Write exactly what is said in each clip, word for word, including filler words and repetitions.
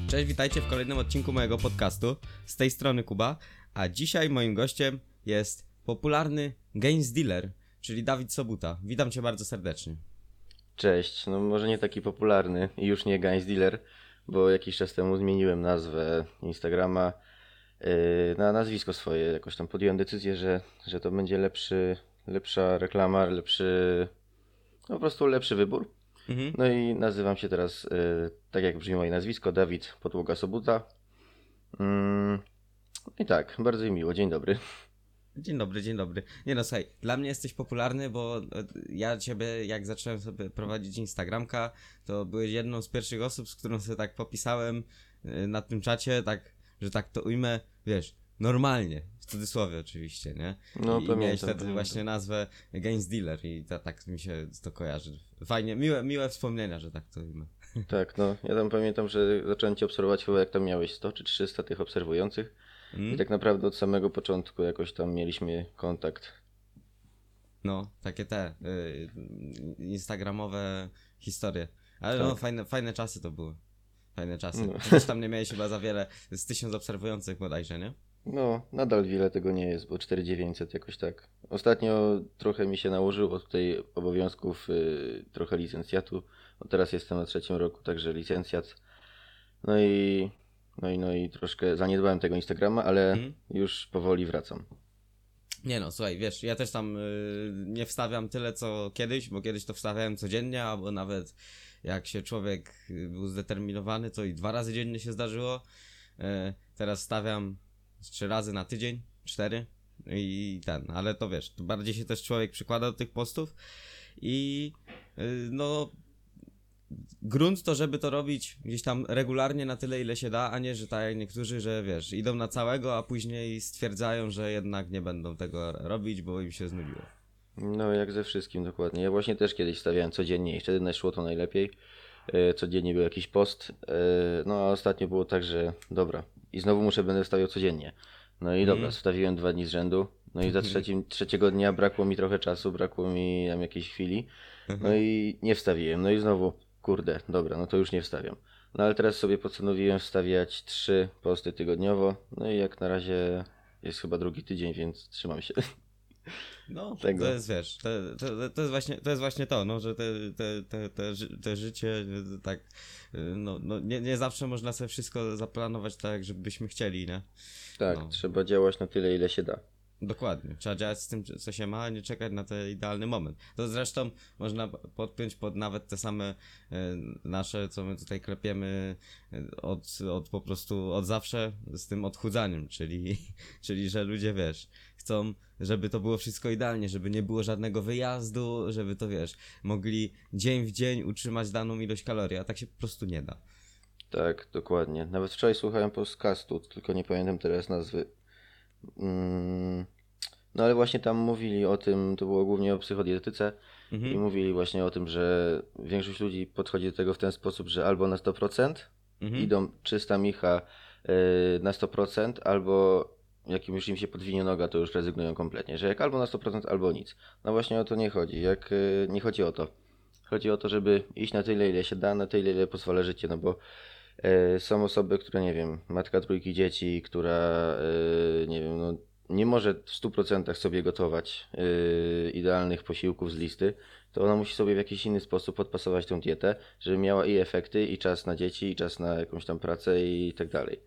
Cześć, witajcie w kolejnym odcinku mojego podcastu. Z tej strony Kuba, a dzisiaj moim gościem jest popularny games dealer, czyli Dawid Sobuta. Witam cię bardzo serdecznie. Cześć, no może nie taki popularny i już nie Games Dealer, bo jakiś czas temu zmieniłem nazwę Instagrama yy, na nazwisko swoje. Jakoś tam podjąłem decyzję, że, że to będzie lepszy, lepsza reklama, lepszy, no po prostu lepszy wybór. Mhm. No i nazywam się teraz, yy, tak jak brzmi moje nazwisko, Dawid Podłoga Sobuta. Mm, I tak, bardzo mi miło, dzień dobry. Dzień dobry, dzień dobry. Nie no, słuchaj, dla mnie jesteś popularny, bo e, ja ciebie, jak zacząłem sobie prowadzić Instagramka, to byłeś jedną z pierwszych osób, z którą sobie tak popisałem e, na tym czacie, tak, że tak to ujmę, wiesz, normalnie, w cudzysłowie oczywiście, nie? No, I, i pamiętam, miałeś wtedy pamiętam. właśnie nazwę Games Dealer i ta, tak mi się to kojarzy. Fajnie, miłe, miłe wspomnienia, że tak to ujmę. Tak, no ja tam pamiętam, że zacząłem Cię obserwować chyba jak tam miałeś sto czy trzysta tych obserwujących. I Mm? tak naprawdę od samego początku jakoś tam mieliśmy kontakt. No, takie te y, instagramowe historie. Ale Tak. no, fajne, fajne czasy to były. Fajne czasy. No. Też tam nie miałeś chyba za wiele, z tysiąc obserwujących bodajże, nie? No, nadal wiele tego nie jest, bo cztery tysiące dziewięćset jakoś tak. Ostatnio trochę mi się nałożyło tutaj obowiązków, y, trochę licencjatu. Bo teraz jestem na trzecim roku, także licencjat. No i, no i, no i troszkę zaniedbałem tego Instagrama, ale Mhm. już powoli wracam. Nie no, słuchaj, wiesz, ja też tam y, nie wstawiam tyle co kiedyś, bo kiedyś to wstawiałem codziennie, albo nawet jak się człowiek y, był zdeterminowany, to i dwa razy dziennie się zdarzyło. Y, teraz wstawiam z trzy razy na tydzień, cztery i ten, ale to wiesz, to bardziej się też człowiek przykłada do tych postów i y, no grunt to, żeby to robić gdzieś tam regularnie na tyle, ile się da, a nie, że tak jak niektórzy, że wiesz, idą na całego, a później stwierdzają, że jednak nie będą tego robić, bo im się znudziło. No, jak ze wszystkim dokładnie. Ja właśnie też kiedyś stawiałem codziennie i wtedy szło to najlepiej. E, Codziennie był jakiś post. e, No, a ostatnio było tak, że dobra. I znowu muszę będę wstawiał codziennie. No i dobra, Mhm. wstawiłem dwa dni z rzędu. No i za trzecim, trzeciego dnia brakło mi trochę czasu, brakło mi tam jakiejś chwili. No i nie wstawiłem. No i znowu, kurde, dobra, no to już nie wstawiam. No ale teraz sobie postanowiłem wstawiać trzy posty tygodniowo. No i jak na razie jest chyba drugi tydzień, więc trzymam się No, tego. to jest, wiesz, to, to, to, jest właśnie, to jest właśnie to, no, że te, te, te, te, ży- te życie y, tak, y, no, no nie, nie zawsze można sobie wszystko zaplanować tak, żebyśmy chcieli, nie? Tak, No. trzeba działać na tyle, ile się da. Dokładnie. Trzeba działać z tym, co się ma, a nie czekać na ten idealny moment. To zresztą można podpiąć pod nawet te same e, nasze, co my tutaj klepiemy e, od, od po prostu od zawsze z tym odchudzaniem, czyli, czyli że ludzie, wiesz, chcą, żeby to było wszystko idealnie, żeby nie było żadnego wyjazdu, żeby to, wiesz, mogli dzień w dzień utrzymać daną ilość kalorii, a tak się po prostu nie da. Tak, dokładnie. Nawet wczoraj słuchałem podcastu, tylko nie pamiętam teraz nazwy. Mm, No ale właśnie tam mówili o tym, to było głównie o psychodietetyce i Mhm, mówili właśnie o tym, że większość ludzi podchodzi do tego w ten sposób, że albo na sto procent mhm. idą czysta micha yy, na sto procent, albo jak już im się podwinie noga, to już rezygnują kompletnie, że jak albo na sto procent, albo nic. No właśnie o to nie chodzi, jak yy, nie chodzi o to. Chodzi o to, żeby iść na tyle, ile się da, na tyle, ile pozwala życie, no bo E, Są osoby, które nie wiem, matka trójki dzieci, która e, nie wiem, no, nie może w stu procentach sobie gotować e, idealnych posiłków z listy, to ona musi sobie w jakiś inny sposób podpasować tą dietę, żeby miała i efekty, i czas na dzieci, i czas na jakąś tam pracę i tak dalej.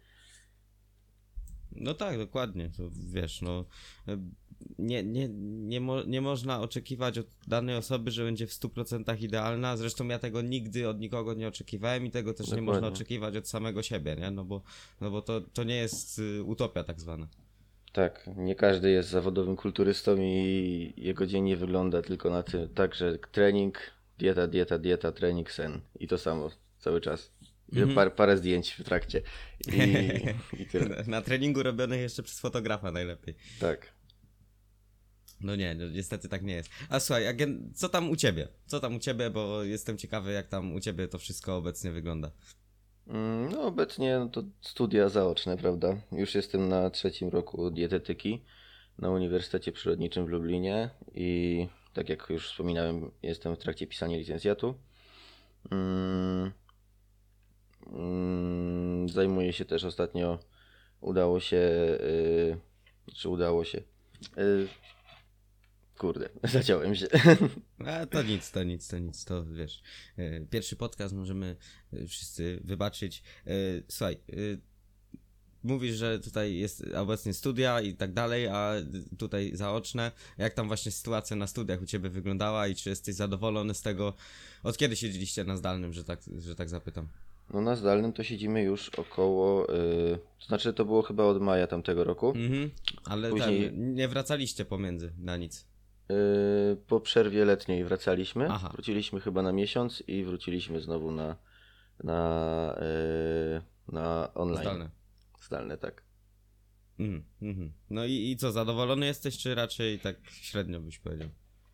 No tak, dokładnie, to wiesz, no e, nie, nie, nie, mo, nie można oczekiwać od danej osoby, że będzie w stu procentach idealna, zresztą ja tego nigdy od nikogo nie oczekiwałem i tego też nie Dokładnie. można oczekiwać od samego siebie, nie, no bo, no bo to, to nie jest y, utopia tak zwana. Tak, nie każdy jest zawodowym kulturystą i jego dzień nie wygląda tylko na tym, tak, że trening, dieta, dieta, dieta, trening, sen i to samo cały czas. I Mhm. Par, parę zdjęć w trakcie i, i tyle. Na, na treningu robionych jeszcze przez fotografa najlepiej. Tak. No nie, no, niestety tak nie jest. A słuchaj, a gen- co tam u ciebie? Co tam u ciebie, bo jestem ciekawy, jak tam u ciebie to wszystko obecnie wygląda. Mm, No obecnie no to studia zaoczne, prawda? Już jestem na trzecim roku dietetyki na Uniwersytecie Przyrodniczym w Lublinie i tak jak już wspominałem, jestem w trakcie pisania licencjatu. Mm, Mm, zajmuję się też ostatnio, udało się, yy, czy udało się, yy, kurde, zaciąłem się. A to nic, to nic, to nic, to wiesz. e, Pierwszy podcast możemy e, wszyscy wybaczyć. E, Słuchaj, e, mówisz, że tutaj jest obecnie studia i tak dalej, a tutaj zaoczne. Jak tam właśnie sytuacja na studiach u ciebie wyglądała i czy jesteś zadowolony z tego? Od kiedy siedzieliście na zdalnym, że tak, że tak zapytam? No na zdalnym to siedzimy już około, yy, to znaczy to było chyba od maja tamtego roku. Mhm, ale Później- ten, nie wracaliście pomiędzy na nic. Yy, po przerwie letniej wracaliśmy, Aha. wróciliśmy chyba na miesiąc i wróciliśmy znowu na, na, yy, na online. Zdalne. Zdalne, tak. Mhm, mhm. No i, i co, zadowolony jesteś, czy raczej tak średnio byś powiedział?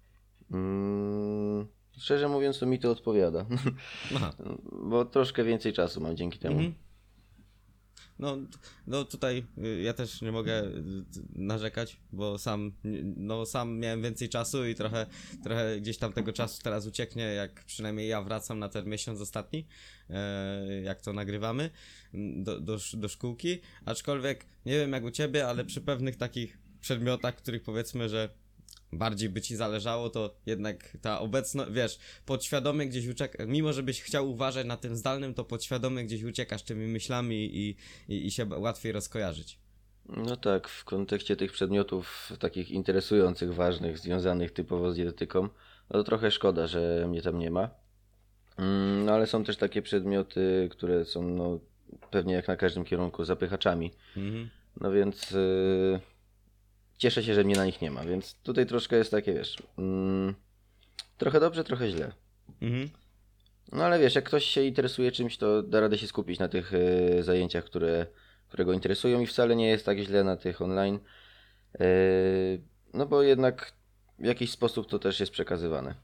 Mm, szczerze mówiąc, to mi to odpowiada, Aha. bo troszkę więcej czasu mam dzięki temu. Mhm. No, no tutaj y, ja też nie mogę y, narzekać, bo sam, y, no sam miałem więcej czasu i trochę, trochę gdzieś tam tego czasu teraz ucieknie, jak przynajmniej ja wracam na ten miesiąc ostatni, e, jak to nagrywamy, m, do, do, sz- do szkółki, aczkolwiek nie wiem jak u ciebie, ale przy pewnych takich przedmiotach, których powiedzmy, że bardziej by ci zależało, to jednak ta obecność, wiesz, podświadomie gdzieś uciekasz, mimo żebyś chciał uważać na tym zdalnym, to podświadomie gdzieś uciekasz tymi myślami i, i, i się ba- łatwiej rozkojarzyć. No tak, w kontekście tych przedmiotów takich interesujących, ważnych, związanych typowo z dietetyką, no to trochę szkoda, że mnie tam nie ma. Mm, no ale są też takie przedmioty, które są no pewnie jak na każdym kierunku zapychaczami. Mhm. No więc yy, cieszę się, że mnie na nich nie ma, więc tutaj troszkę jest takie, wiesz, mm, trochę dobrze, trochę źle. Mhm. No ale wiesz, jak ktoś się interesuje czymś, to da radę się skupić na tych y, zajęciach, które, które go interesują i wcale nie jest tak źle na tych online. Y, no bo jednak w jakiś sposób to też jest przekazywane.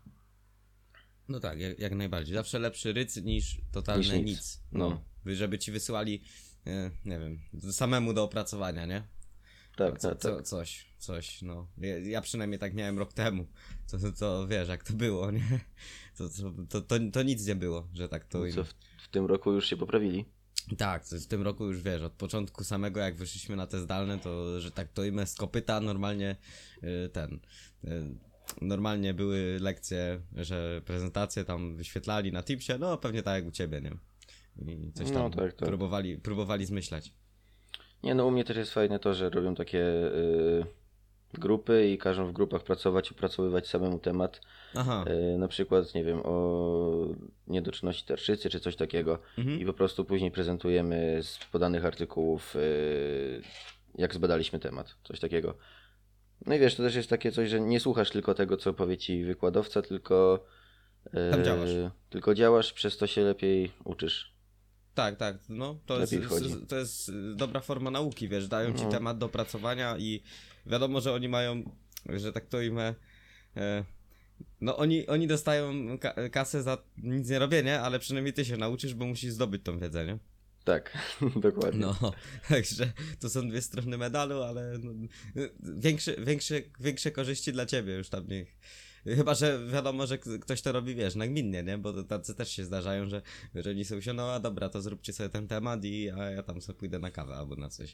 No tak, jak, jak najbardziej. Zawsze lepszy ryc niż totalne Niż nic. nic. No. No. Wy- Żeby ci wysyłali, e, nie wiem, samemu do opracowania, nie? Tak, co, tak, co, tak. Coś, coś, no. Ja, ja przynajmniej tak miałem rok temu. To, to, to wiesz, jak to było, nie? To, to, to, to, to nic nie było, że tak to No ujmę. co, w, w tym roku już się poprawili? Tak, to w tym roku już wiesz, od początku samego jak wyszliśmy na te zdalne, to że tak to imię z kopyta normalnie y, ten. Y, normalnie były lekcje, że prezentacje tam wyświetlali na Teamsie, no pewnie tak jak u ciebie, nie? I coś tam No tak, tak. próbowali, próbowali zmyślać. Nie, no u mnie też jest fajne to, że robią takie y, grupy i każą w grupach pracować, opracowywać samemu temat. Aha. Y, na przykład, nie wiem, o niedoczynności tarczycy czy coś takiego. Mhm. I po prostu później prezentujemy z podanych artykułów, y, jak zbadaliśmy temat, coś takiego. No i wiesz, to też jest takie coś, że nie słuchasz tylko tego, co powie ci wykładowca, tylko, y, Tam działasz. tylko działasz, przez to się lepiej uczysz. Tak, tak, no to jest, Lepiej wchodzi. to jest y, dobra forma nauki, wiesz, dają ci No. temat do opracowania i wiadomo, że oni mają, że tak to imię, e, no oni, oni dostają ka- kasę za nic nie robienie, ale przynajmniej ty się nauczysz, bo musisz zdobyć tą wiedzę, nie? Tak, dokładnie. No, także to są dwie strony medalu, ale no, y, większe, większe, większe korzyści dla ciebie już tam niech. Chyba, że wiadomo, że k- ktoś to robi, wiesz, nagminnie, nie? Bo to tacy też się zdarzają, że, że oni sobie usiądą, a dobra, to zróbcie sobie ten temat i a ja tam sobie pójdę na kawę albo na coś.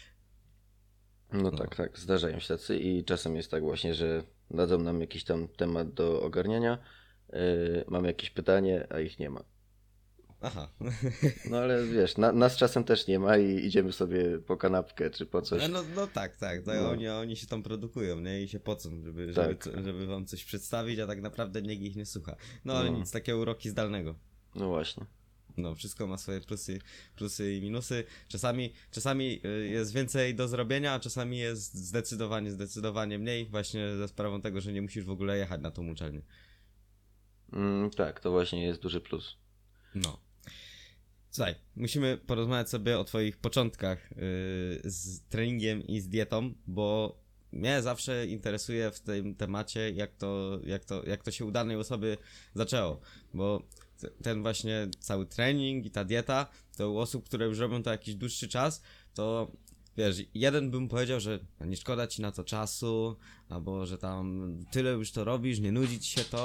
No tak, tak, zdarzają się tacy i czasem jest tak właśnie, że dadzą nam jakiś tam temat do ogarniania, yy, mamy jakieś pytanie, a ich nie ma. Aha. No ale wiesz, na, nas czasem też nie ma i idziemy sobie po kanapkę czy po coś. No, no tak, tak, to No. oni, oni się tam produkują, nie? I się pocą, żeby, żeby, Tak. co- żeby wam coś przedstawić, a tak naprawdę nikt ich nie słucha. No ale No. nic, takie uroki zdalnego. No właśnie. No, wszystko ma swoje plusy, plusy i minusy. Czasami, czasami y, jest więcej do zrobienia, a czasami jest zdecydowanie, zdecydowanie mniej, właśnie za sprawą tego, że nie musisz w ogóle jechać na tą uczelnię. Mm, tak, to właśnie jest duży plus. No. Słuchaj, musimy porozmawiać sobie o twoich początkach y, z treningiem i z dietą, bo mnie zawsze interesuje w tym temacie, jak to, jak to, jak to się u danej osoby zaczęło, bo t- ten właśnie cały trening i ta dieta, to u osób, które już robią to jakiś dłuższy czas, to wiesz, jeden bym powiedział, że nie szkoda ci na to czasu, albo że tam tyle już to robisz, nie nudzi ci się to,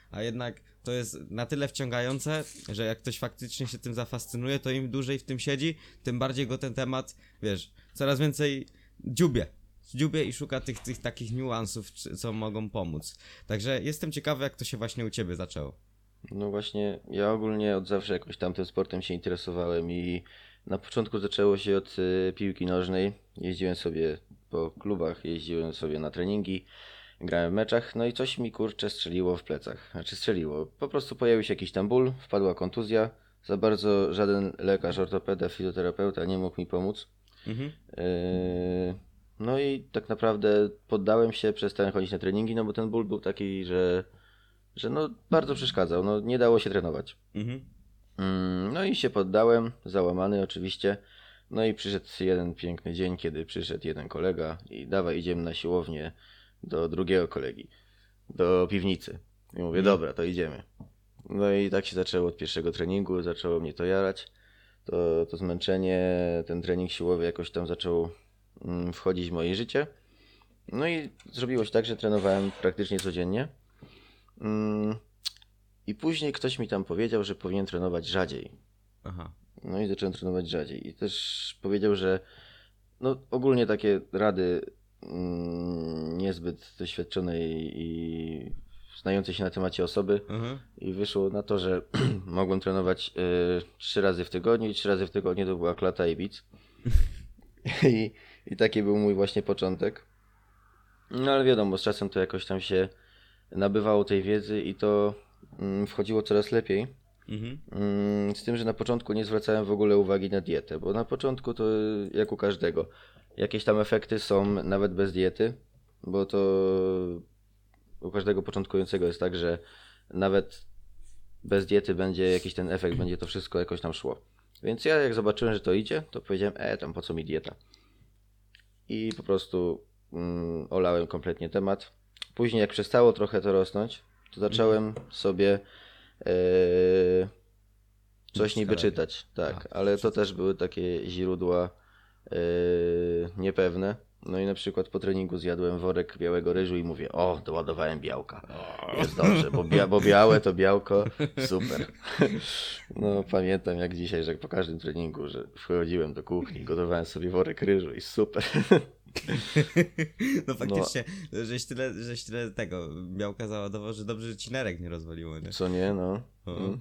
a jednak to jest na tyle wciągające, że jak ktoś faktycznie się tym zafascynuje, to im dłużej w tym siedzi, tym bardziej go ten temat, wiesz, coraz więcej dziubie. Dziubie i szuka tych, tych takich niuansów, co mogą pomóc. Także jestem ciekawy, jak to się właśnie u ciebie zaczęło. No właśnie, ja ogólnie od zawsze jakoś tam tym sportem się interesowałem i na początku zaczęło się od y, piłki nożnej. Jeździłem sobie po klubach, jeździłem sobie na treningi, grałem w meczach, no i coś mi kurczę strzeliło w plecach. Znaczy strzeliło, po prostu pojawił się jakiś tam ból, wpadła kontuzja. Za bardzo żaden lekarz, ortopeda, fizjoterapeuta nie mógł mi pomóc. Mhm. Y, no i tak naprawdę poddałem się, przestałem chodzić na treningi, no bo ten ból był taki, że że no bardzo przeszkadzał, no nie dało się trenować. Mhm. Mm, No i się poddałem, załamany oczywiście. No i przyszedł jeden piękny dzień, kiedy przyszedł jeden kolega i dawaj idziemy na siłownię do drugiego kolegi, do piwnicy. I mówię, dobra, to idziemy. No i tak się zaczęło od pierwszego treningu, zaczęło mnie to jarać. To, to zmęczenie, ten trening siłowy jakoś tam zaczął mm, wchodzić w moje życie. No i zrobiło się tak, że trenowałem praktycznie codziennie. Mm, I później ktoś mi tam powiedział, że powinien trenować rzadziej. Aha. No i zacząłem trenować rzadziej. I też powiedział, że no ogólnie takie rady mm, niezbyt doświadczonej i znającej się na temacie osoby. Mhm. I wyszło na to, że mogłem trenować y, trzy razy w tygodniu i trzy razy w tygodniu to była klata i bic. I, I taki był mój właśnie początek. No ale wiadomo, z czasem to jakoś tam się nabywało tej wiedzy i to mm, wchodziło coraz lepiej. Mhm. Mm, Z tym, że na początku nie zwracałem w ogóle uwagi na dietę, bo na początku to jak u każdego. Jakieś tam efekty są nawet bez diety, bo to u każdego początkującego jest tak, że nawet bez diety będzie jakiś ten efekt, będzie to wszystko jakoś tam szło. Więc ja jak zobaczyłem, że to idzie, to powiedziałem, e tam po co mi dieta? I po prostu mm, olałem kompletnie temat. Później jak przestało trochę to rosnąć, to zacząłem sobie e, coś niby Czytałem. czytać. Tak, A, ale to też były takie źródła e, niepewne. No i na przykład po treningu zjadłem worek białego ryżu i mówię, o, doładowałem białka. Jest dobrze, bo, bia- bo białe to białko, super. No pamiętam jak dzisiaj, że po każdym treningu, że wchodziłem do kuchni, gotowałem sobie worek ryżu i super. No faktycznie, żeś tyle, żeś tyle tego białka załadował, że dobrze, że ci nerek nie rozwaliło, nie? Co nie, no. O. Mm.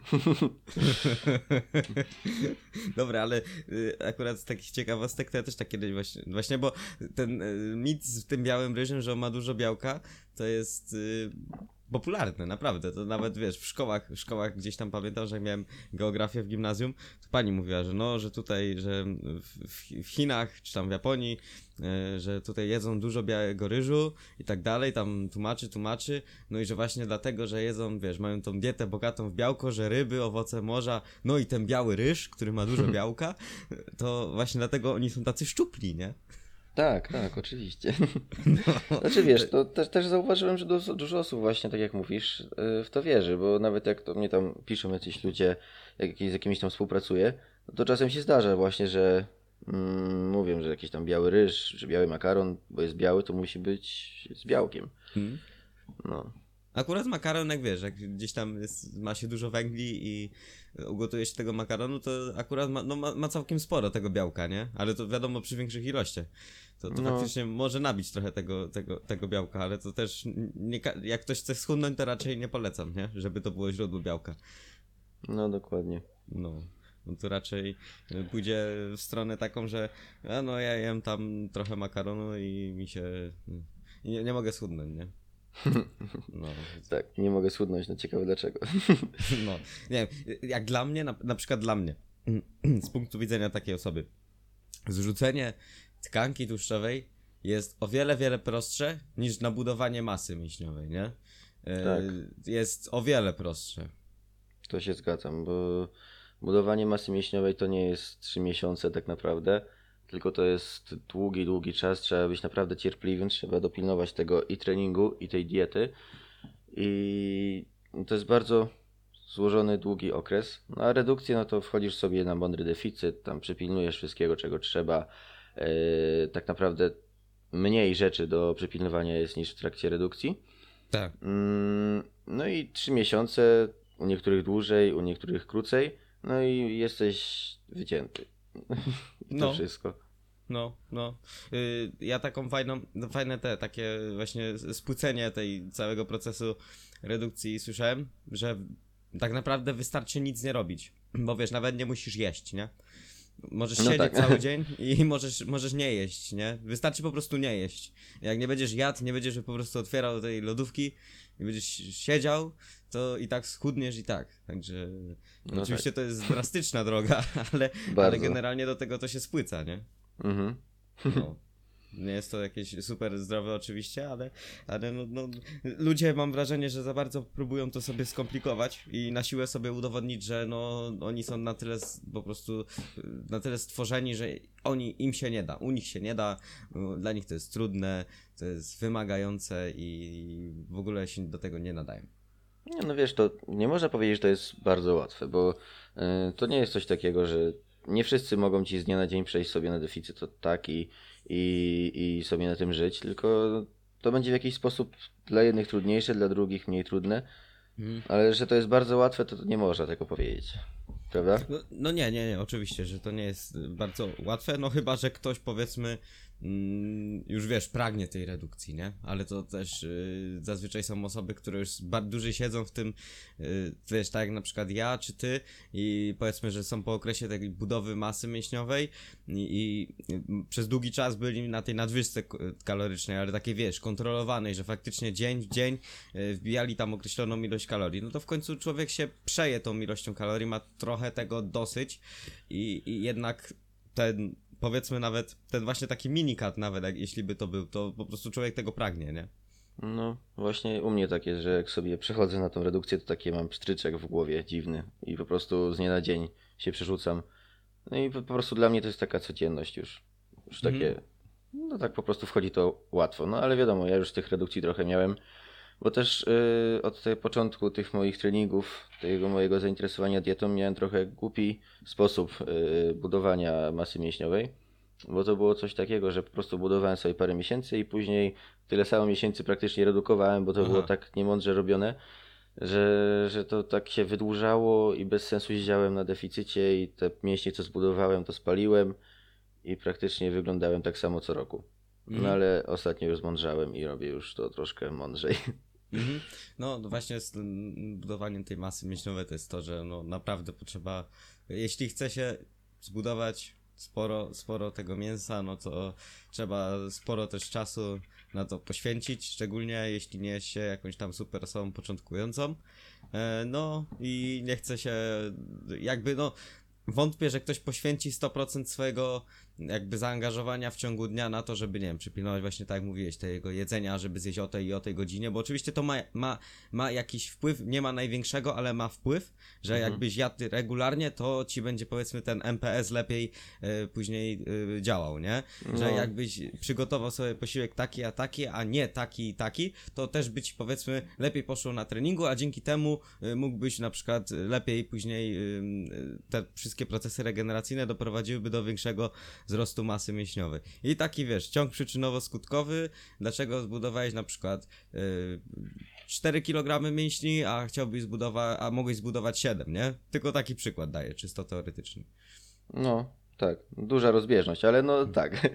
Dobra, ale y, akurat z takich ciekawostek to ja też tak kiedyś właśnie, właśnie bo ten y, mit z tym białym ryżem, że on ma dużo białka, to jest y, popularne, naprawdę. To nawet wiesz, w szkołach, w szkołach gdzieś tam pamiętam, że jak miałem geografię w gimnazjum, to pani mówiła, że no, że tutaj, że w, w, w Chinach czy tam w Japonii, y, że tutaj jedzą dużo białego ryżu i tak dalej, tam tłumaczy, tłumaczy, no i że właśnie dlatego, że jedzą, wiesz, mają tą dietę bogatą w białko, że ryby, owoce morza, no i ten biały ryż, który ma dużo białka, to właśnie dlatego oni są tacy szczupli, nie? Tak, tak, oczywiście. Znaczy wiesz, to też, też zauważyłem, że dużo, dużo osób właśnie, tak jak mówisz, yy, w to wierzy, bo nawet jak to mnie tam piszą jacyś ludzie, jak z jakimiś tam współpracuję, no to czasem się zdarza właśnie, że mm, mówią, że jakiś tam biały ryż, czy biały makaron, bo jest biały, to musi być z białkiem. Hmm? No. Akurat makaron, jak wiesz, jak gdzieś tam jest, ma się dużo węgli i ugotuje się tego makaronu, to akurat ma, no, ma, ma całkiem sporo tego białka, nie? Ale to wiadomo przy większych ilościach. To, to No. faktycznie może nabić trochę tego, tego, tego białka, ale to też nie, ka- jak ktoś chce schudnąć, to raczej nie polecam, nie? Żeby to było źródło białka. No dokładnie. No. No to raczej y, pójdzie w stronę taką, że a no ja jem tam trochę makaronu i mi się... y, Nie, nie mogę schudnąć, nie? No. Tak, nie mogę schudnąć, no ciekawe dlaczego. No, nie wiem, jak dla mnie, na, na przykład dla mnie, z punktu widzenia takiej osoby, zrzucenie tkanki tłuszczowej jest o wiele, wiele prostsze niż nabudowanie masy mięśniowej, nie? E, Tak. Jest o wiele prostsze. To się zgadzam, bo budowanie masy mięśniowej to nie jest trzy miesiące tak naprawdę, tylko to jest długi, długi czas, trzeba być naprawdę cierpliwym, trzeba dopilnować tego i treningu, i tej diety i to jest bardzo złożony, długi okres. No a redukcję, no to wchodzisz sobie na mądry deficyt, tam przypilnujesz wszystkiego, czego trzeba. Yy, tak naprawdę mniej rzeczy do przypilnowania jest niż w trakcie redukcji. Tak. Mm, No i trzy miesiące, u niektórych dłużej, u niektórych krócej, no i jesteś wycięty. I to No. wszystko. No, no. Y, ja taką fajną, no fajne te, takie właśnie spłycenie tej całego procesu redukcji słyszałem, że tak naprawdę wystarczy nic nie robić, bo wiesz, nawet nie musisz jeść, nie? Możesz No siedzieć tak. cały dzień i możesz, możesz nie jeść, nie? Wystarczy po prostu nie jeść. Jak nie będziesz jadł, nie będziesz po prostu otwierał tej lodówki i będziesz siedział, to i tak schudniesz i tak. Także No oczywiście tak. to jest drastyczna droga, ale, ale Bardzo. generalnie do tego to się spłyca, nie? Mhm. No. Nie jest to jakieś super zdrowe oczywiście, ale, ale no, no, ludzie mam wrażenie, że za bardzo próbują to sobie skomplikować i na siłę sobie udowodnić, że no oni są na tyle s- po prostu y, na tyle stworzeni, że oni im się nie da, u nich się nie da, y, dla nich to jest trudne, to jest wymagające i w ogóle się do tego nie nadają. Nie, no wiesz, to nie można powiedzieć, że to jest bardzo łatwe, bo y, to nie jest coś takiego, że nie wszyscy mogą ci z dnia na dzień przejść sobie na deficyt od tak i, i, i sobie na tym żyć, tylko to będzie w jakiś sposób dla jednych trudniejsze, dla drugich mniej trudne, Mhm. ale że to jest bardzo łatwe, to, to nie można tego powiedzieć, prawda? No, no nie, nie, nie, oczywiście, że to nie jest y, bardzo łatwe, no chyba, że ktoś powiedzmy mm, już wiesz, pragnie tej redukcji, nie? Ale to też y, zazwyczaj są osoby, które już bardzo dłużej siedzą w tym, y, wiesz, tak jak na przykład ja czy ty i powiedzmy, że są po okresie tej budowy masy mięśniowej i, i y, przez długi czas byli na tej nadwyżce k- kalorycznej, ale takiej wiesz, kontrolowanej, że faktycznie dzień w dzień y, wbijali tam określoną ilość kalorii, no to w końcu człowiek się przeje tą ilością kalorii, ma trochę tego dosyć i, i jednak ten, powiedzmy nawet, ten właśnie taki minikat nawet, jak, jeśli by to był, to po prostu człowiek tego pragnie, nie? No właśnie u mnie tak jest, że jak sobie przechodzę na tą redukcję, to takie mam pstryczek w głowie dziwny i po prostu z dnia na dzień się przerzucam. No i po po prostu dla mnie to jest taka codzienność już. Już takie, Mhm. no tak po prostu wchodzi to łatwo. No ale wiadomo, ja już tych redukcji trochę miałem, bo też yy, od tego początku tych moich treningów, tego mojego zainteresowania dietą miałem trochę głupi sposób yy, budowania masy mięśniowej, bo to było coś takiego, że po prostu budowałem sobie parę miesięcy i później tyle samo miesięcy praktycznie redukowałem, bo to było Aha. tak niemądrze robione, że, że to tak się wydłużało i bez sensu siedziałem na deficycie i te mięśnie, co zbudowałem, to spaliłem i praktycznie wyglądałem tak samo co roku. No Mhm. ale ostatnio już zmądrzałem i robię już to troszkę mądrzej. Mhm. No, no właśnie z tym budowaniem tej masy mięśniowej to jest to, że no naprawdę potrzeba, jeśli chce się zbudować sporo, sporo tego mięsa, no to trzeba sporo też czasu na to poświęcić, szczególnie jeśli nie jest się jakąś tam super osobą początkującą. E, no i nie chce się jakby no wątpię, że ktoś poświęci sto procent swojego jakby zaangażowania w ciągu dnia na to, żeby, nie wiem, przypilnować właśnie tak jak mówiłeś, tego jedzenia, żeby zjeść o tej i o tej godzinie, bo oczywiście to ma, ma, ma jakiś wpływ, nie ma największego, ale ma wpływ, że Mhm. jakbyś jadł regularnie, to ci będzie powiedzmy ten M P S lepiej e, później e, działał, nie? Że No. jakbyś przygotował sobie posiłek taki, a taki, a nie taki i taki, to też by ci powiedzmy lepiej poszło na treningu, a dzięki temu e, mógłbyś na przykład lepiej później e, te wszystkie procesy regeneracyjne doprowadziłyby do większego wzrostu masy mięśniowej. I taki wiesz, ciąg przyczynowo-skutkowy, dlaczego zbudowałeś na przykład yy, cztery kilogramy mięśni, a chciałbyś zbudować, a mogłeś zbudować siedem, nie? Tylko taki przykład daję, czysto teoretycznie. No, tak. Duża rozbieżność, ale no tak.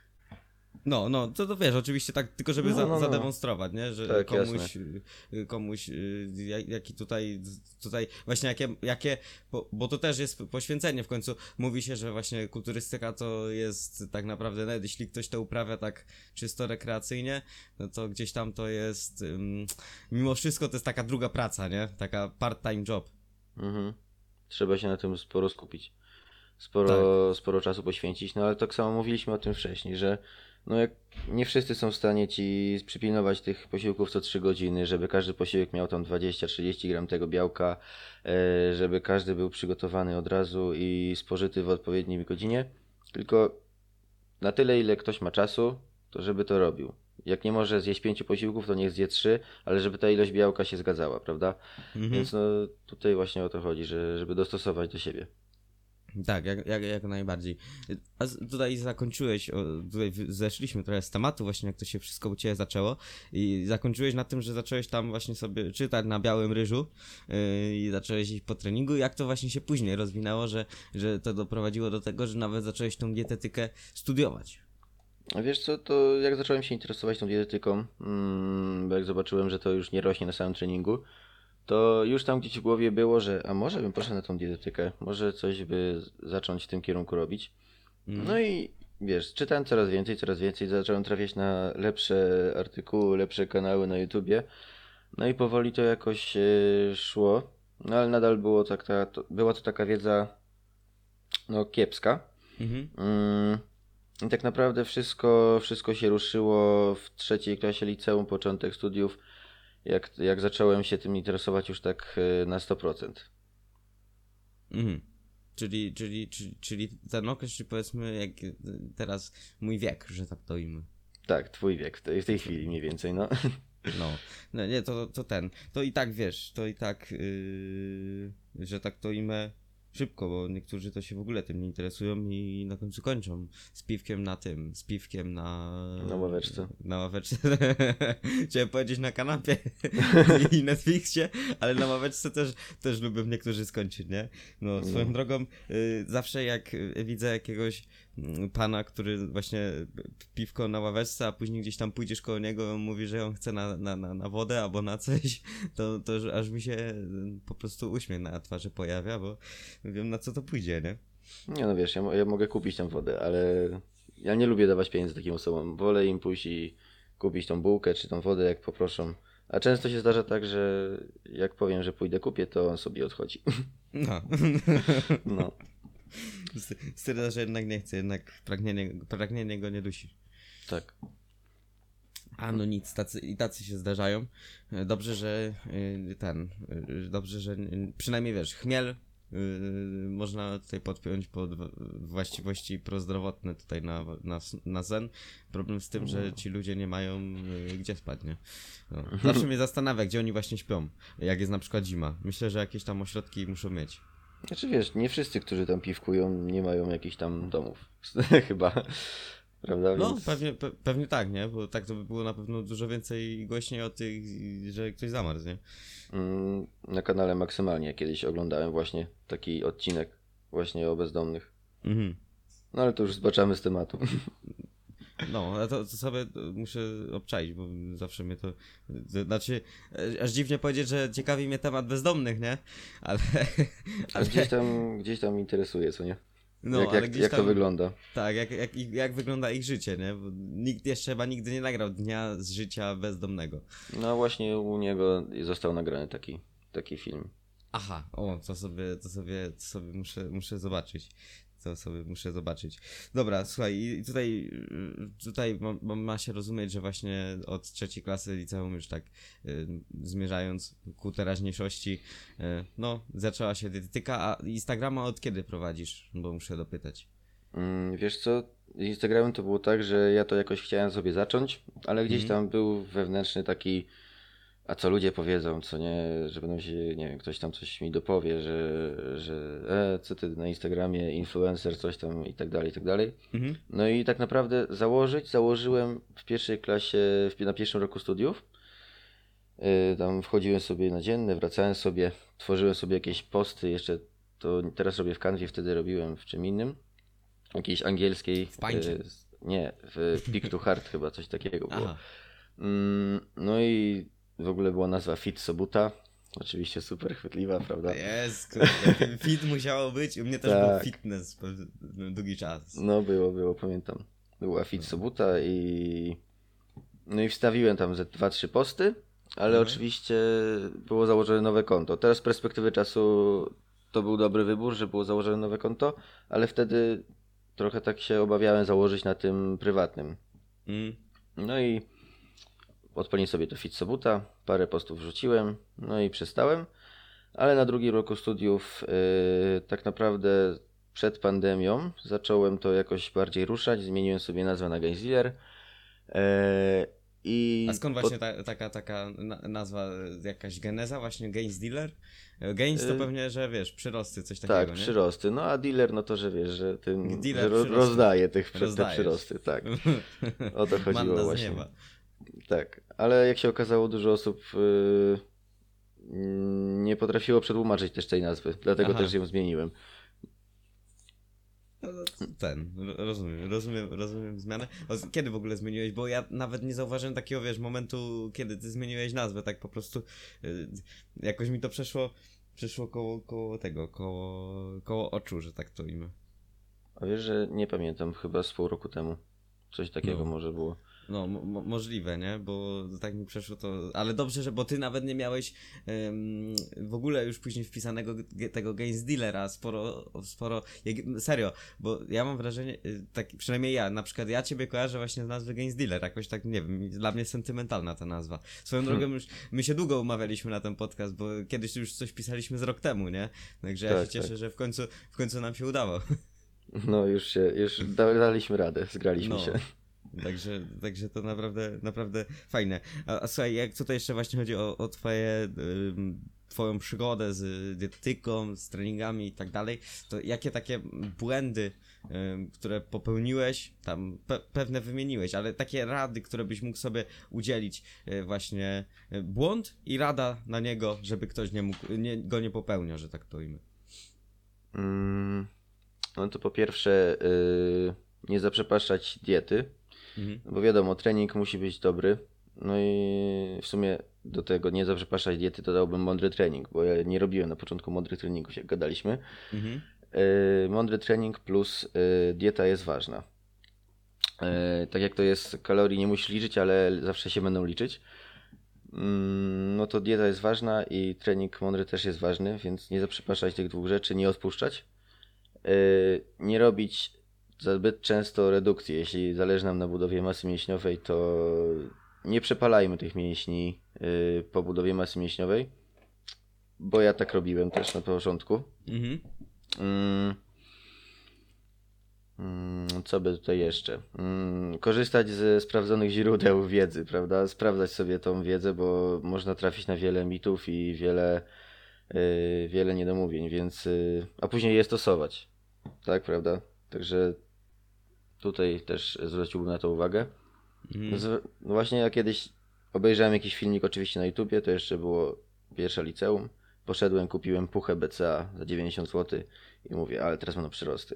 No, no, to, to wiesz, oczywiście tak, tylko żeby No, za, no, no. zademonstrować, nie, że Tak, komuś, y, komuś, y, jak- jaki tutaj, tutaj, właśnie jakie, jakie, bo, bo to też jest poświęcenie, w końcu mówi się, że właśnie kulturystyka to jest tak naprawdę, nawet jeśli ktoś to uprawia tak czysto rekreacyjnie, no to gdzieś tam to jest, ym, mimo wszystko to jest taka druga praca, nie, taka part-time job. Mhm. Trzeba się na tym sporo skupić. Sporo, sporo czasu poświęcić, no ale tak samo mówiliśmy o tym wcześniej, że no jak nie wszyscy są w stanie ci przypilnować tych posiłków co trzy godziny, żeby każdy posiłek miał tam dwadzieścia trzydzieści gram tego białka, e, żeby każdy był przygotowany od razu i spożyty w odpowiedniej godzinie, tylko na tyle ile ktoś ma czasu, to żeby to robił. Jak nie może zjeść pięciu posiłków, to niech zje trzy, ale żeby ta ilość białka się zgadzała, prawda? Mhm. Więc no tutaj właśnie o to chodzi, że, żeby dostosować do siebie. Tak, jak, jak, jak najbardziej. A z- tutaj zakończyłeś, o, tutaj w- zeszliśmy trochę z tematu właśnie, jak to się wszystko u Ciebie zaczęło i zakończyłeś na tym, że zacząłeś tam właśnie sobie czytać na białym ryżu yy, i zacząłeś iść po treningu. Jak to właśnie się później rozwinęło, że, że to doprowadziło do tego, że nawet zacząłeś tą dietetykę studiować? A wiesz co, to jak zacząłem się interesować tą dietetyką, mm, bo jak zobaczyłem, że to już nie rośnie na samym treningu, to już tam gdzieś w głowie było, że a może bym poszedł na tą dietetykę, może coś by z- zacząć w tym kierunku robić. Mm. No i wiesz, czytałem coraz więcej, coraz więcej, zacząłem trafiać na lepsze artykuły, lepsze kanały na YouTubie. No i powoli to jakoś e, szło, no ale nadal było tak, ta, to, była to taka wiedza no kiepska. Mhm. Mm, I tak naprawdę wszystko, wszystko się ruszyło w trzeciej klasie liceum, początek studiów, jak, jak zacząłem się tym interesować już tak e, na sto procent. Mhm. Czyli, czyli, czyli, czyli ten okres, czy powiedzmy jak y, teraz mój wiek, że tak to ujmę. Tak, twój wiek w tej, w tej chwili mniej więcej, no. No, no nie, to, to ten, to i tak wiesz, to i tak, yy, że tak to imę szybko, bo niektórzy to się w ogóle tym nie interesują i na końcu kończą z piwkiem na tym, z piwkiem na... Na ławeczce. Na ławeczce, chciałem powiedzieć na kanapie i Netflixie, ale na ławeczce też, też lubią niektórzy skończyć, nie? No, swoją No. drogą, y, zawsze jak y, widzę jakiegoś mm, pana, który właśnie piwko na ławeczce, a później gdzieś tam pójdziesz koło niego, on mówi, że on chce na, na, na, na wodę albo na coś, to, to że aż mi się y, po prostu uśmiech na twarzy pojawia, bo wiem na co to pójdzie, nie? Nie no wiesz, ja, mo- ja mogę kupić tam wodę, ale ja nie lubię dawać pieniędzy takim osobom. Wolę im pójść i kupić tą bułkę czy tą wodę, jak poproszą. A często się zdarza tak, że jak powiem, że pójdę kupię, to on sobie odchodzi. No. No, Stwierdza, że jednak nie chce, jednak pragnienie, pragnienie go nie dusi. tak. A no nic, tacy, i tacy się zdarzają. E, Dobrze, że y, ten, y, dobrze, że y, przynajmniej wiesz, chmiel y, można tutaj podpiąć pod w- właściwości prozdrowotne tutaj na, na, na sen. Problem z tym, że ci ludzie nie mają y, gdzie spać, nie? No. Zawsze mnie zastanawia, gdzie oni właśnie śpią, jak jest na przykład zima. Myślę, że jakieś tam ośrodki muszą mieć. Znaczy wiesz, nie wszyscy, którzy tam piwkują, nie mają jakichś tam domów. Chyba. Prawda? No, Więc... pewnie, pe, pewnie tak, nie? Bo tak to by było na pewno dużo więcej głośniej o tych, że ktoś zamarzł, nie? Mm, na kanale Maksymalnie kiedyś oglądałem właśnie taki odcinek właśnie o bezdomnych. Mhm. No ale to już zbaczamy z tematu. No, ale to, to sobie muszę obczaić, bo zawsze mnie to, to... Znaczy, e, aż dziwnie powiedzieć, że ciekawi mnie temat bezdomnych, nie? Ale... Ale gdzieś tam, gdzieś tam interesuje, co nie? No, jak ale jak, gdzieś jak tam, to wygląda? Tak, jak, jak, ich- jak wygląda ich życie, nie? Bo nikt jeszcze chyba nigdy nie nagrał dnia z życia bezdomnego. No właśnie u niego został nagrany taki, taki film. Aha, o, to sobie, to sobie, to sobie muszę, muszę zobaczyć. To sobie muszę zobaczyć. Dobra, słuchaj, i tutaj, y, tutaj ma, ma- ma się rozumieć, że właśnie od trzeciej klasy liceum już tak y, zmierzając ku teraźniejszości, y, no, zaczęła się dietetyka, a Instagrama od kiedy prowadzisz? Bo muszę dopytać. Mm, wiesz co, z Instagramem to było tak, że ja to jakoś chciałem sobie zacząć, ale gdzieś Mhm. tam był wewnętrzny taki, a co ludzie powiedzą, co nie, że będą się, nie wiem, ktoś tam coś mi dopowie, że, że e, co ty na Instagramie, influencer, coś tam i tak dalej, i tak dalej. Mhm. No i tak naprawdę założyć, założyłem w pierwszej klasie, w, na pierwszym roku studiów. Yy, tam wchodziłem sobie na dzienne, wracałem sobie, tworzyłem sobie jakieś posty, jeszcze to teraz robię w Canwie, wtedy robiłem w czym innym. Jakiejś angielskiej. W Paint'cie? yy, nie, w Pick to Heart chyba coś takiego było. Aha. Mm, no i w ogóle była nazwa Fit Sobuta. Oczywiście super chwytliwa, prawda? Jest, kurde, fit musiało być, u mnie też był Tak. fitness pe- długi czas. No było, było, pamiętam. Była Fit Sobuta i no i wstawiłem tam ze dwa trzy posty, ale Mhm. oczywiście było założone nowe konto. Teraz z perspektywy czasu to był dobry wybór, że było założone nowe konto, ale wtedy trochę tak się obawiałem założyć na tym prywatnym. Mm. No i odpaliłem sobie to Fit Sobuta, parę postów wrzuciłem, no i przestałem, ale na drugim roku studiów yy, tak naprawdę przed pandemią zacząłem to jakoś bardziej ruszać, zmieniłem sobie nazwę na Genziller yy, I A skąd po- właśnie ta, taka, taka na- nazwa, jakaś geneza właśnie Gains Dealer? Gains to Y, pewnie, że wiesz, przyrosty, coś takiego, tak, nie? przyrosty. No a dealer, no to, że wiesz, że, tym, Dealer że ro, przyrostów. rozdaje tych, te Rozdajesz. przyrosty, tak. O to chodziło Manna z właśnie. nieba. Tak, ale jak się okazało, dużo osób yy, nie potrafiło przetłumaczyć też tej nazwy, dlatego Aha. też ją zmieniłem. No, to ten, ro- rozumiem, rozumiem, rozumiem zmianę. O, z- kiedy w ogóle zmieniłeś? Bo ja nawet nie zauważyłem takiego, wiesz, momentu, kiedy ty zmieniłeś nazwę, tak po prostu y, jakoś mi to przeszło, przeszło koło, koło tego, koło, koło oczu, że tak to imię. A wiesz, że nie pamiętam, chyba z pół roku temu. Coś takiego No. może było. No, mo- mo- możliwe, nie? Bo tak mi przeszło to. Ale dobrze, że bo ty nawet nie miałeś em, w ogóle już później wpisanego g- tego Gains Dealera sporo, sporo. Jak, serio, bo ja mam wrażenie, y, tak przynajmniej ja, na przykład ja ciebie kojarzę właśnie z nazwy Gains Dealer, jakoś tak, nie wiem, dla mnie sentymentalna ta nazwa. Swoją Hmm. drogą już, my się długo umawialiśmy na ten podcast, bo kiedyś już coś pisaliśmy z rok temu, nie? Także ja Tak, się cieszę, tak. że w końcu, w końcu nam się udało. No już się, już da, daliśmy radę, zgraliśmy No. się. Także, także to naprawdę, naprawdę fajne. A, a słuchaj, jak tutaj jeszcze właśnie chodzi o, o twoje, ym, twoją przygodę z dietetyką, z treningami i tak dalej, to jakie takie błędy, ym, które popełniłeś, tam pe pewne wymieniłeś, ale takie rady, które byś mógł sobie udzielić, y, właśnie y, błąd i rada na niego, żeby ktoś nie mógł, nie, go nie popełniał, że tak to ujmę. Mm, no to po pierwsze, yy, nie zaprzepaszczać diety, Mhm. bo wiadomo, trening musi być dobry. No i w sumie do tego nie zaprzepaszczać diety to dałbym mądry trening, bo ja nie robiłem na początku mądrych treningów, jak gadaliśmy. Mhm. Yy, mądry trening plus yy, dieta jest ważna. Yy, tak jak to jest, kalorii nie musisz liczyć, ale zawsze się będą liczyć. Mm, no to dieta jest ważna i trening mądry też jest ważny, więc nie zaprzepaszczać tych dwóch rzeczy, nie odpuszczać. Yy, nie robić zbyt często redukcji. Jeśli zależy nam na budowie masy mięśniowej, to nie przepalajmy tych mięśni yy, po budowie masy mięśniowej, bo ja tak robiłem też na początku. Mhm. Mm. Mm, Co by tutaj jeszcze? Mm, Korzystać ze sprawdzonych źródeł wiedzy, prawda? Sprawdzać sobie tą wiedzę, bo można trafić na wiele mitów i wiele, yy, wiele niedomówień, więc yy, a później je stosować, tak, prawda? Także tutaj też zwróciłbym na to uwagę. Mhm. Z, no właśnie ja kiedyś obejrzałem jakiś filmik oczywiście na YouTubie, to jeszcze było pierwsze liceum. Poszedłem, kupiłem puchę B C A za dziewięćdziesiąt złotych i mówię, ale teraz będą przyrosty.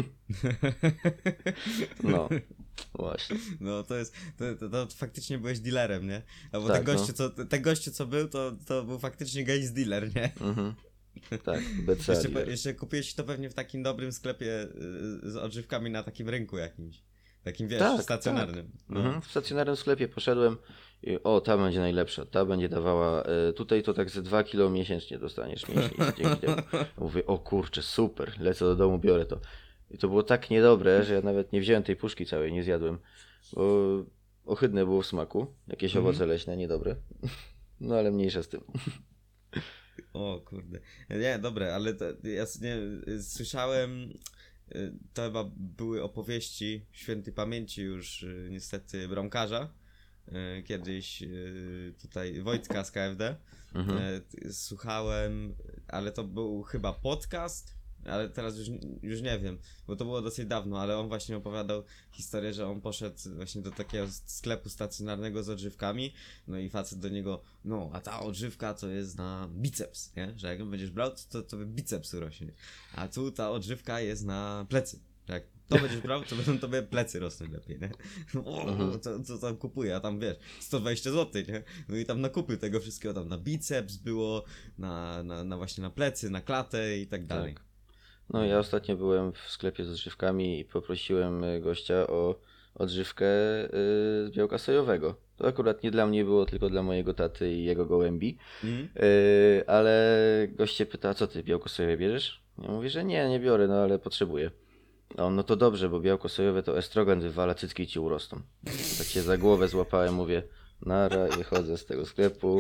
No, właśnie. No to jest, to, to, to faktycznie byłeś dealerem, nie? Albo Tak, ten gościu, no. co, ten gościu co był, to, to był faktycznie gains dealer, nie? Mhm. Tak, B C A Jeszcze, pe- dealer. jeszcze kupiłeś to pewnie w takim dobrym sklepie y, z odżywkami na takim rynku jakimś. Takim, wiesz, Tak, stacjonarnym. No. Mhm. W stacjonarnym sklepie poszedłem i o, ta będzie najlepsza, ta będzie dawała, e, tutaj to tak ze dwa kilo miesięcznie dostaniesz mięśni dzięki temu. Mówię, o kurczę, super, lecę do domu, biorę to. I to było tak niedobre, że ja nawet nie wziąłem tej puszki całej, nie zjadłem, bo ohydne było w smaku, jakieś Mhm. owoce leśne, niedobre. No ale mniejsza z tym. O kurde. Nie, dobre, ale to, ja s- nie, y, słyszałem, y, to chyba były opowieści świętej pamięci już y, niestety bramkarza, y, kiedyś y, tutaj Wojtka z K F D. Mhm. E, t- Słuchałem, ale to był chyba podcast, ale teraz już, już nie wiem, bo to było dosyć dawno, ale on właśnie opowiadał historię, że on poszedł właśnie do takiego sklepu stacjonarnego z odżywkami, no i facet do niego, no a ta odżywka to jest na biceps, nie? Że jak będziesz brał, to tobie biceps urośnie, a tu ta odżywka jest na plecy, że jak to będziesz brał, to będą tobie plecy rosnąć lepiej, nie? O, Mhm. co, co tam kupuję, a tam wiesz, sto dwadzieścia złotych, nie? No i tam nakupy tego wszystkiego, tam na biceps było, na, na, na właśnie na plecy, na klatę i tak dalej. Tak. No ja ostatnio byłem w sklepie z odżywkami i poprosiłem y, gościa o odżywkę y, z białka sojowego. To akurat nie dla mnie było, tylko dla mojego taty i jego gołębi. Mhm. Y, ale gość się pyta, a co ty, białko sojowe bierzesz? Ja mówię, że nie, nie biorę, no ale potrzebuję. A on, no to dobrze, bo białko sojowe to estrogen wywala, cycki ci urosną. Tak się za głowę złapałem, mówię, nara i chodzę z tego sklepu.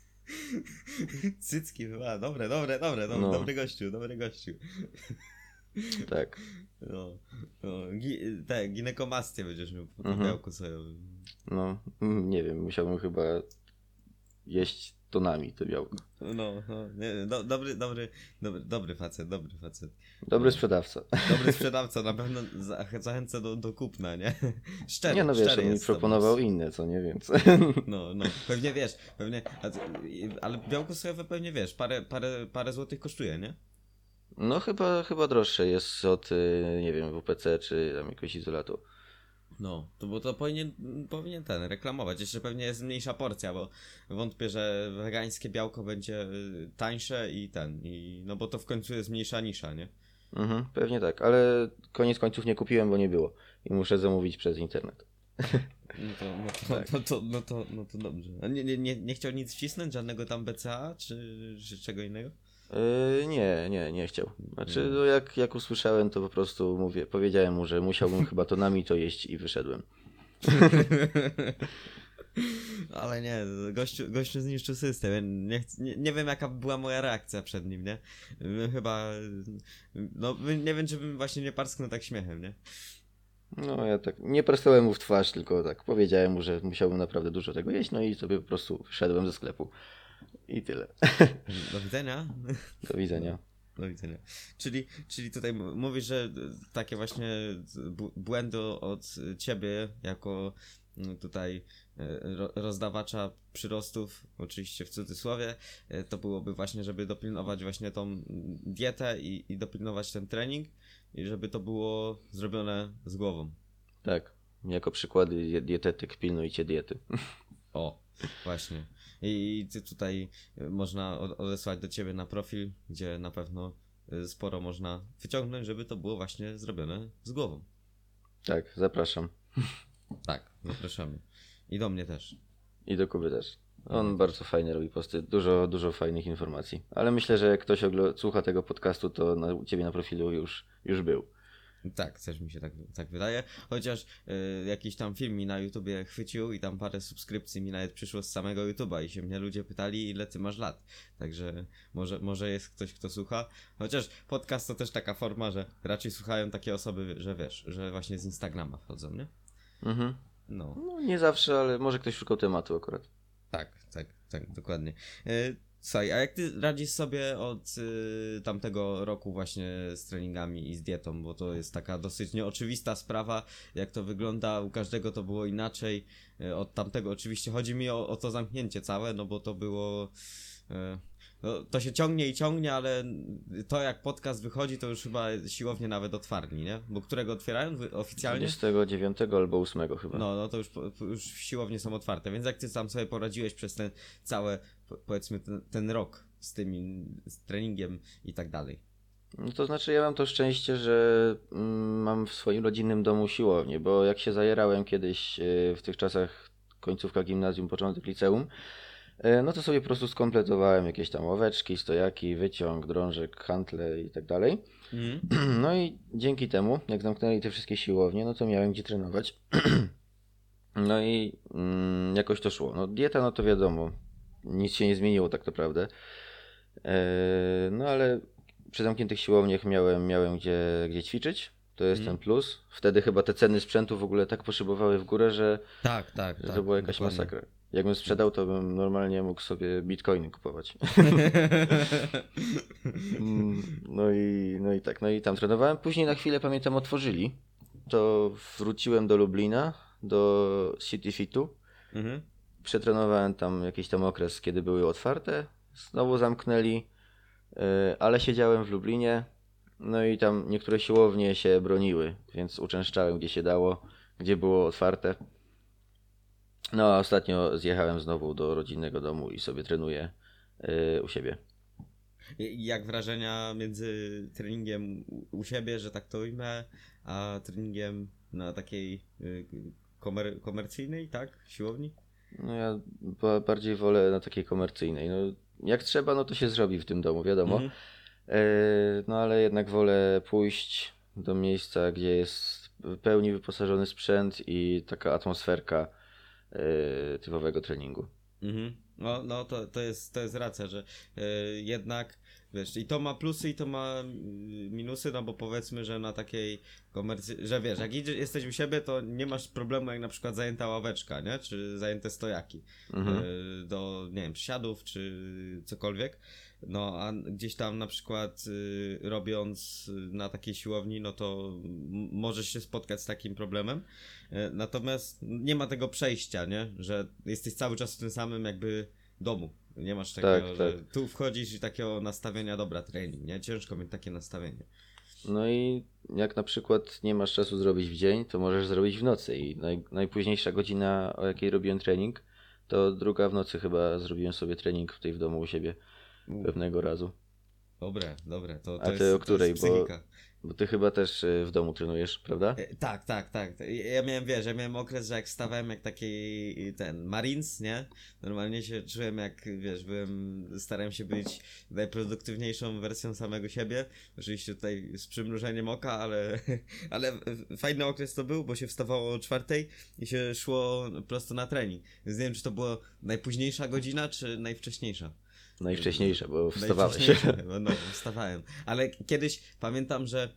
Cycki, a, dobre, dobre, dobre, dobre, No. dobry gościu, dobry gościu. Tak. No, no gi- te, ginekomastię będziesz miał po tym Mhm. białku sojowym. No, mm, nie wiem, musiałbym chyba jeść tonami to białko. No, no, nie, do, dobry, dobry, dobry, dobry facet, dobry facet. Dobry sprzedawca. Dobry sprzedawca, na pewno za, zachęca do, do kupna, nie? Szczery, Nie no wiesz, szczery on mi jest to proponował boss. inne, co nie, więc... No, no, pewnie wiesz, pewnie, a ty- ale białko sojowe pewnie wiesz, parę, parę, parę złotych kosztuje, nie? No chyba, chyba droższe jest od, y, nie wiem, W P C czy tam jakiegoś izolatu. No, to bo to powinien, powinien ten reklamować. Jeszcze pewnie jest mniejsza porcja, bo wątpię, że wegańskie białko będzie y, tańsze i ten, i no bo to w końcu jest mniejsza nisza, nie? Mhm, pewnie tak, ale koniec końców nie kupiłem, bo nie było. I muszę zamówić przez internet. No to, no to, Tak. no to, no to, no to dobrze. A nie, nie, nie, nie chciał nic wcisnąć, żadnego tam B C A, czy, czy czego innego? Yy, nie, nie, nie chciał. Znaczy, Nie. no jak, jak usłyszałem, to po prostu mówię, powiedziałem mu, że musiałbym chyba tonami to jeść i wyszedłem. Ale nie, gościu, gościu zniszczył system. Ja Nie, chc- nie, nie wiem jaka była moja reakcja przed nim, nie? Bym Chyba, no nie wiem czy bym właśnie nie parsknął tak śmiechem, nie? No ja tak nie prestałem mu w twarz, tylko tak powiedziałem mu, że musiałbym naprawdę dużo tego jeść, no i sobie po prostu wyszedłem ze sklepu. I tyle. Do widzenia. Do widzenia. Do widzenia. Czyli, czyli tutaj m- mówisz, że takie właśnie b- błędy od ciebie jako mm, tutaj e, ro- rozdawacza przyrostów, oczywiście w cudzysłowie, e, to byłoby właśnie, żeby dopilnować właśnie tą mm, dietę i, i dopilnować ten trening i żeby to było zrobione z głową. Tak. Jako przykłady die- dietetyk, pilnujcie diety. O, właśnie. I ty tutaj y, można od- odesłać do ciebie na profil, gdzie na pewno y, sporo można wyciągnąć, żeby to było właśnie zrobione z głową. Tak, zapraszam. Tak, zapraszamy. I do mnie też. I do Kuby też. On bardzo fajnie robi posty, dużo, dużo fajnych informacji. Ale myślę, że jak ktoś ogl- słucha tego podcastu, to na, u ciebie na profilu już, już był. Tak, też mi się tak, tak wydaje. Chociaż y, jakiś tam film mi na YouTubie chwycił i tam parę subskrypcji mi nawet przyszło z samego YouTuba i się mnie ludzie pytali, ile ty masz lat. Także może, może jest ktoś, kto słucha. Chociaż podcast to też taka forma, że raczej słuchają takie osoby, że wiesz, że właśnie z Instagrama wchodzą, nie? Mhm. No. No nie zawsze, ale może ktoś szukał tematu akurat. Tak, tak, tak, dokładnie. Yy, Słuchaj, a jak ty radzisz sobie od y, tamtego roku właśnie z treningami i z dietą, bo to jest taka dosyć nieoczywista sprawa, jak to wygląda, u każdego to było inaczej. Y, od tamtego oczywiście chodzi mi o, o to zamknięcie całe, no bo to było... Y, no, to się ciągnie i ciągnie, ale to jak podcast wychodzi, to już chyba siłownie nawet otwarli, nie? Bo którego otwierają wy- oficjalnie? dwudziestego dziewiątego albo ósmego chyba. No, no to już, po- po- już siłownie są otwarte, więc jak ty tam sobie poradziłeś przez ten cały, po- powiedzmy, ten, ten rok z tym, z treningiem i tak dalej. No to znaczy ja mam to szczęście, że mm, mam w swoim rodzinnym domu siłownię, bo jak się zajerałem kiedyś y, w tych czasach końcówka gimnazjum, początek liceum, y, no to sobie po prostu skompletowałem jakieś tam ławeczki, stojaki, wyciąg, drążek, hantle i tak dalej. Mhm. No i dzięki temu, jak zamknęli te wszystkie siłownie, no to miałem gdzie trenować. No i mm, jakoś to szło. No dieta, no to wiadomo, nic się nie zmieniło tak naprawdę. E, no ale przy zamkniętych siłowniach miałem, miałem gdzie, gdzie ćwiczyć. To jest Mhm. ten plus. Wtedy chyba te ceny sprzętu w ogóle tak poszybowały w górę, że, Tak, tak, że tak. to była jakaś dokładnie. masakra. Jakbym sprzedał, to bym normalnie mógł sobie bitcoiny kupować. Mm, No i, no i tak, no i tam trenowałem. Później na chwilę, pamiętam, otworzyli. To wróciłem do Lublina, do City Fitu. Mhm. Przetrenowałem tam jakiś tam okres, kiedy były otwarte. Znowu zamknęli, yy, ale siedziałem w Lublinie. No i tam niektóre siłownie się broniły, więc uczęszczałem gdzie się dało, gdzie było otwarte. No a ostatnio zjechałem znowu do rodzinnego domu i sobie trenuję yy, u siebie. I- Jak wrażenia między treningiem u- u siebie, że tak to ujmę, a treningiem na takiej y, komer- komercyjnej, tak? Siłowni? No ja ba- bardziej wolę na takiej komercyjnej. No, jak trzeba, no to się zrobi w tym domu, wiadomo. Mhm. E, No ale jednak wolę pójść do miejsca, gdzie jest w pełni wyposażony sprzęt i taka atmosferka e, typowego treningu. Mhm. No, no to, to, jest, to jest racja, że y, jednak Wiesz, i to ma plusy i to ma y, minusy, no bo powiedzmy, że na takiej komercji, że wiesz, jak idzie, jesteś u siebie, to nie masz problemu jak na przykład zajęta ławeczka, nie? Czy zajęte stojaki Mhm. y, do, nie wiem, przysiadów, czy cokolwiek. No, a gdzieś tam na przykład y, robiąc na takiej siłowni, no to m- możesz się spotkać z takim problemem. Y, natomiast nie ma tego przejścia, nie? Że jesteś cały czas w tym samym jakby domu. Nie masz takiego, Tak, że tak. tu wchodzisz i takiego nastawienia, dobra, trening, nie? Ciężko mieć takie nastawienie. No i jak na przykład nie masz czasu zrobić w dzień, to możesz zrobić w nocy. I naj, najpóźniejsza godzina, o jakiej robiłem trening, to druga w nocy chyba zrobiłem sobie trening tutaj w domu u siebie U, pewnego razu. dobre, dobre, to, to A ty jest, o to jest której? Bo, psychika. bo ty chyba też y, w domu trenujesz, prawda? E, Tak, tak, tak. Ja ja miałem, wiesz, ja miałem okres, że jak wstawałem jak taki ten Marines, nie? Normalnie się czułem jak, wiesz, byłem, starałem się być najproduktywniejszą wersją samego siebie. Oczywiście tutaj z przymrużeniem oka, ale, ale fajny okres to był, bo się wstawało o czwartej i się szło prosto na trening. Więc nie wiem, czy to była najpóźniejsza godzina, czy najwcześniejsza. Najwcześniejsza, bo wstawałeś. Najwcześniejsza chyba, no, wstawałem. Ale kiedyś pamiętam, że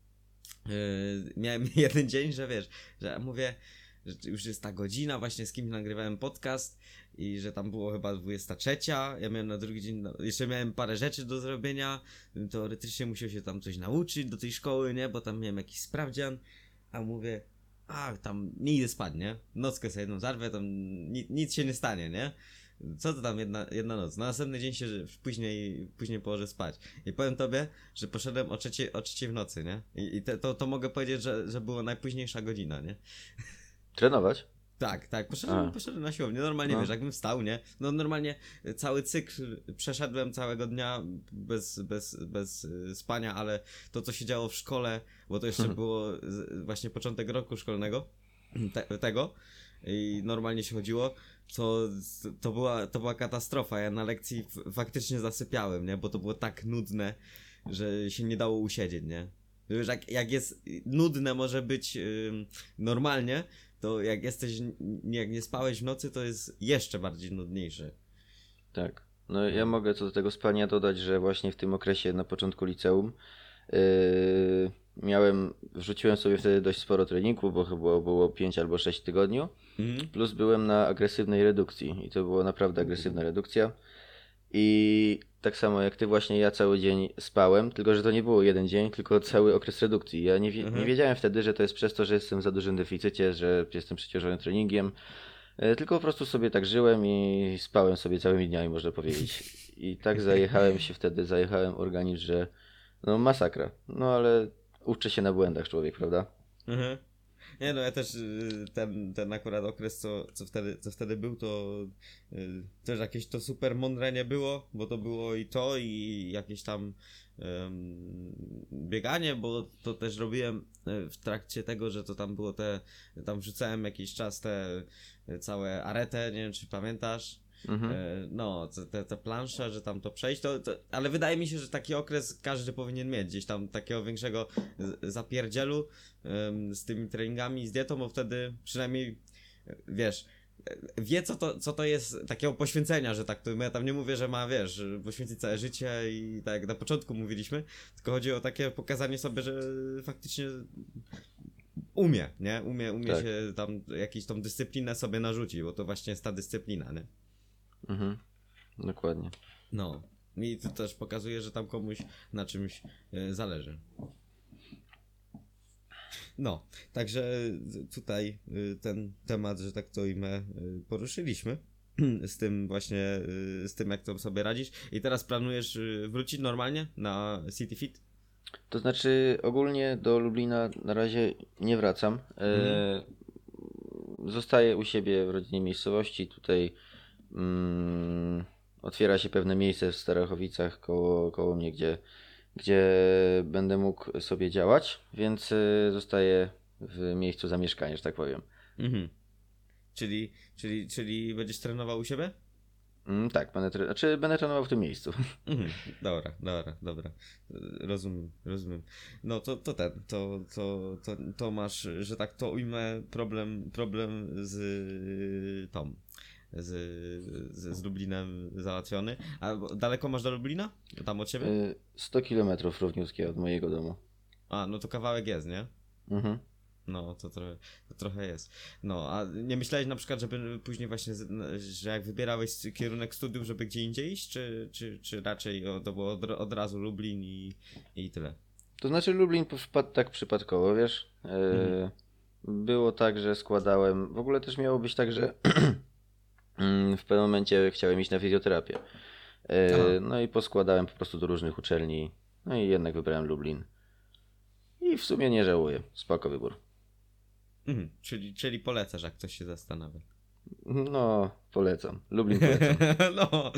Yy, miałem jeden dzień, że wiesz, że ja mówię, że już jest ta godzina, właśnie z kimś nagrywałem podcast i że tam było chyba dwudziesta trzecia, ja miałem na drugi dzień, no, jeszcze miałem parę rzeczy do zrobienia, teoretycznie musiał się tam coś nauczyć do tej szkoły, nie, bo tam miałem jakiś sprawdzian, a mówię, a tam nie idę spać, nie, nockę sobie jedną zarwę, tam ni- nic się nie stanie, nie. Co to tam jedna, jedna noc? Na następny dzień się później, później położę spać. I powiem tobie, że poszedłem o trzeciej, o trzeciej w nocy, nie? I, i te, to, to mogę powiedzieć, że, że była najpóźniejsza godzina, nie? Trenować? Tak, tak, poszedłem, A. poszedłem na siłownię. Normalnie, No. wiesz, jakbym wstał, nie? No normalnie cały cykl przeszedłem całego dnia bez, bez, bez y, spania, ale to, co się działo w szkole, bo to jeszcze Mhm. było z- właśnie początek roku szkolnego, te, tego, i normalnie się chodziło, to, to, była, to była katastrofa. Ja na lekcji f- faktycznie zasypiałem, nie? Bo to było tak nudne, że się nie dało usiedzieć, nie? Wiesz, jak, jak jest nudne może być ym, normalnie, to jak jesteś, nie, jak nie spałeś w nocy, to jest jeszcze bardziej nudniejsze. Tak. No ja No. mogę co do tego spania dodać, że właśnie w tym okresie na początku liceum yy, miałem, wrzuciłem sobie wtedy dość sporo treningu, bo chyba było pięć albo sześć w tygodniu. Mhm. Plus byłem na agresywnej redukcji i to była naprawdę agresywna redukcja. I tak samo jak ty właśnie, ja cały dzień spałem, tylko że to nie było jeden dzień, tylko cały okres redukcji. Ja nie, wie, nie Mhm. wiedziałem wtedy, że to jest przez to, że jestem w za dużym deficycie, że jestem przeciążony treningiem. E, Tylko po prostu sobie tak żyłem i spałem sobie całymi dniami, można powiedzieć. I tak zajechałem się wtedy, zajechałem organizm, że no masakra. No ale uczy się na błędach człowiek, prawda? Mhm. Nie no, ja też y, ten, ten akurat okres, co, co, wtedy, co wtedy był, to y, też jakieś to super mądre nie było, bo to było i to, i jakieś tam ym, bieganie, bo to też robiłem y, w trakcie tego, że to tam było te, tam wrzucałem jakiś czas te y, całe aretę, nie wiem czy pamiętasz. Mhm. E, No, te, te, te plansze, że tam to przejść, to, to, ale wydaje mi się, że taki okres każdy powinien mieć, gdzieś tam takiego większego z- zapierdzielu em, z tymi treningami, z dietą, bo wtedy przynajmniej, e, wiesz, e, wie co to, co to jest takiego poświęcenia, że tak to, ja tam nie mówię, że ma, wiesz, że poświęcić całe życie i tak jak na początku mówiliśmy, tylko chodzi o takie pokazanie sobie, że faktycznie umie, nie? Umie, umie Tak. się tam jakąś tą dyscyplinę sobie narzucić, bo to właśnie jest ta dyscyplina, nie? Mhm. Dokładnie. No. I to też pokazuje, że tam komuś na czymś e, zależy. No, także tutaj y, ten temat, że tak to imię y, poruszyliśmy. Z tym właśnie, y, z tym jak to sobie radzisz. I teraz planujesz y, wrócić normalnie na City Fit? To znaczy ogólnie do Lublina na razie nie wracam. E, Zostaję u siebie w rodzinnej miejscowości. Tutaj mm, otwiera się pewne miejsce w Starachowicach koło, koło mnie, gdzie, gdzie będę mógł sobie działać, więc e, zostaję w miejscu zamieszkania, że tak powiem. Mhm. Czyli, czyli, czyli będziesz trenował u siebie? Mm, tak, będę, tre- znaczy, będę trenował w tym miejscu. Mhm. Dobra, dobra, dobra. Rozumiem, rozumiem. No to, to ten, to, to, to, to masz, że tak to ujmę, problem, problem z y, tą, z, z, z Lublinem załatwiony. A daleko masz do Lublina? Tam od ciebie? Y, sto kilometrów równiutkie od mojego domu. A, no to kawałek jest, nie? Mhm. No, to trochę, to trochę jest. No, a nie myślałeś na przykład, żeby później właśnie, z- że jak wybierałeś kierunek studiów, żeby gdzie indziej iść, czy, czy, czy raczej o, to było od, od razu Lublin i, i tyle? To znaczy Lublin wpadł tak przypadkowo, wiesz? Y, Mhm. Było tak, że składałem. W ogóle też miało być tak, że mm, w pewnym momencie chciałem iść na fizjoterapię. Aha. Y, No i poskładałem po prostu do różnych uczelni. No i jednak wybrałem Lublin. I w sumie nie żałuję. Spoko wybór. Mhm. Czyli, czyli polecasz, jak ktoś się zastanawia. No, polecam. Lublin polecam. No.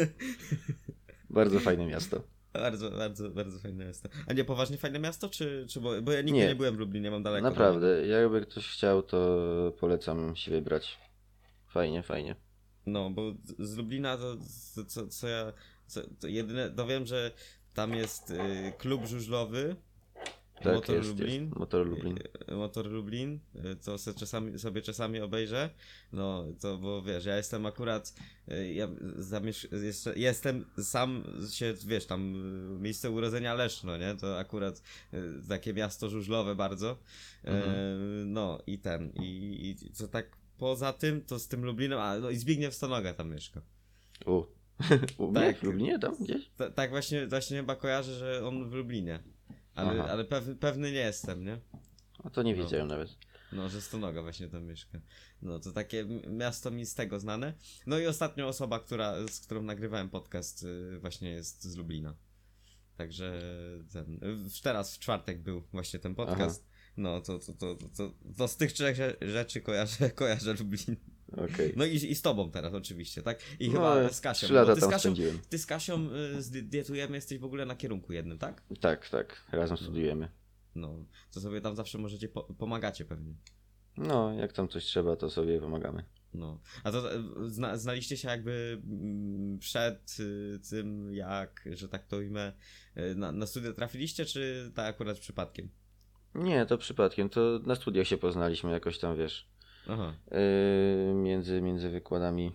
Bardzo fajne miasto. Bardzo, bardzo, bardzo fajne miasto. A nie, poważnie fajne miasto, czy, czy bo, bo ja nigdy Nie. nie byłem w Lublinie, mam daleko do niego. Naprawdę, jakby ktoś chciał, to polecam się wybrać. Fajnie, fajnie. No, bo z- z Lublina to, to co, co ja, co, to jedyne, to wiem, że tam jest y, klub żużlowy, Tak, Motor jest, Lublin. jest. Motor Lublin. Y, Motor Lublin, y, co se czasami, sobie czasami obejrzę. No, to bo wiesz, ja jestem akurat, y, ja zamiesz- jeszcze, jestem sam się, wiesz, tam y, miejsce urodzenia Leszno, nie? To akurat y, takie miasto żużlowe bardzo. Y, Mhm. No i ten, i, i co tak poza tym, to z tym Lublinem, a no i Zbigniew Stonoga tam mieszka. U. U mnie Tak. w Lublinie tam gdzieś? Ta, tak właśnie, właśnie chyba kojarzę, że on w Lublinie. Ale, Aha. ale pewny, pewny nie jestem, nie? A to nie No. wiedziałem nawet. No, że Stonoga właśnie tam mieszka. No, to takie m- miasto mi z tego znane. No i ostatnia osoba, która, z którą nagrywałem podcast, y, właśnie jest z Lublina. Także ten, y, teraz w czwartek był właśnie ten podcast. No, to, to, to, to, to, to z tych trzech rze- rzeczy kojarzę, kojarzę Lublin. Okej. No i, i z tobą teraz oczywiście, tak? I No, chyba z Kasią. trzy bo lata ty z tam Kasią, spędziłem. ty z Kasią y, zdietujemy, jesteś w ogóle na kierunku jednym, tak? Tak, tak. Razem studiujemy. No, to sobie tam zawsze możecie, po, pomagacie pewnie. No, jak tam coś trzeba, to sobie pomagamy. No, a to e, zna, znaliście się jakby mm, przed y, tym, jak, że tak to ujmę, y, na, na studia trafiliście, czy tak akurat przypadkiem? Nie, to przypadkiem. To na studiach się poznaliśmy jakoś tam, wiesz, Aha, yy, między, między wykładami.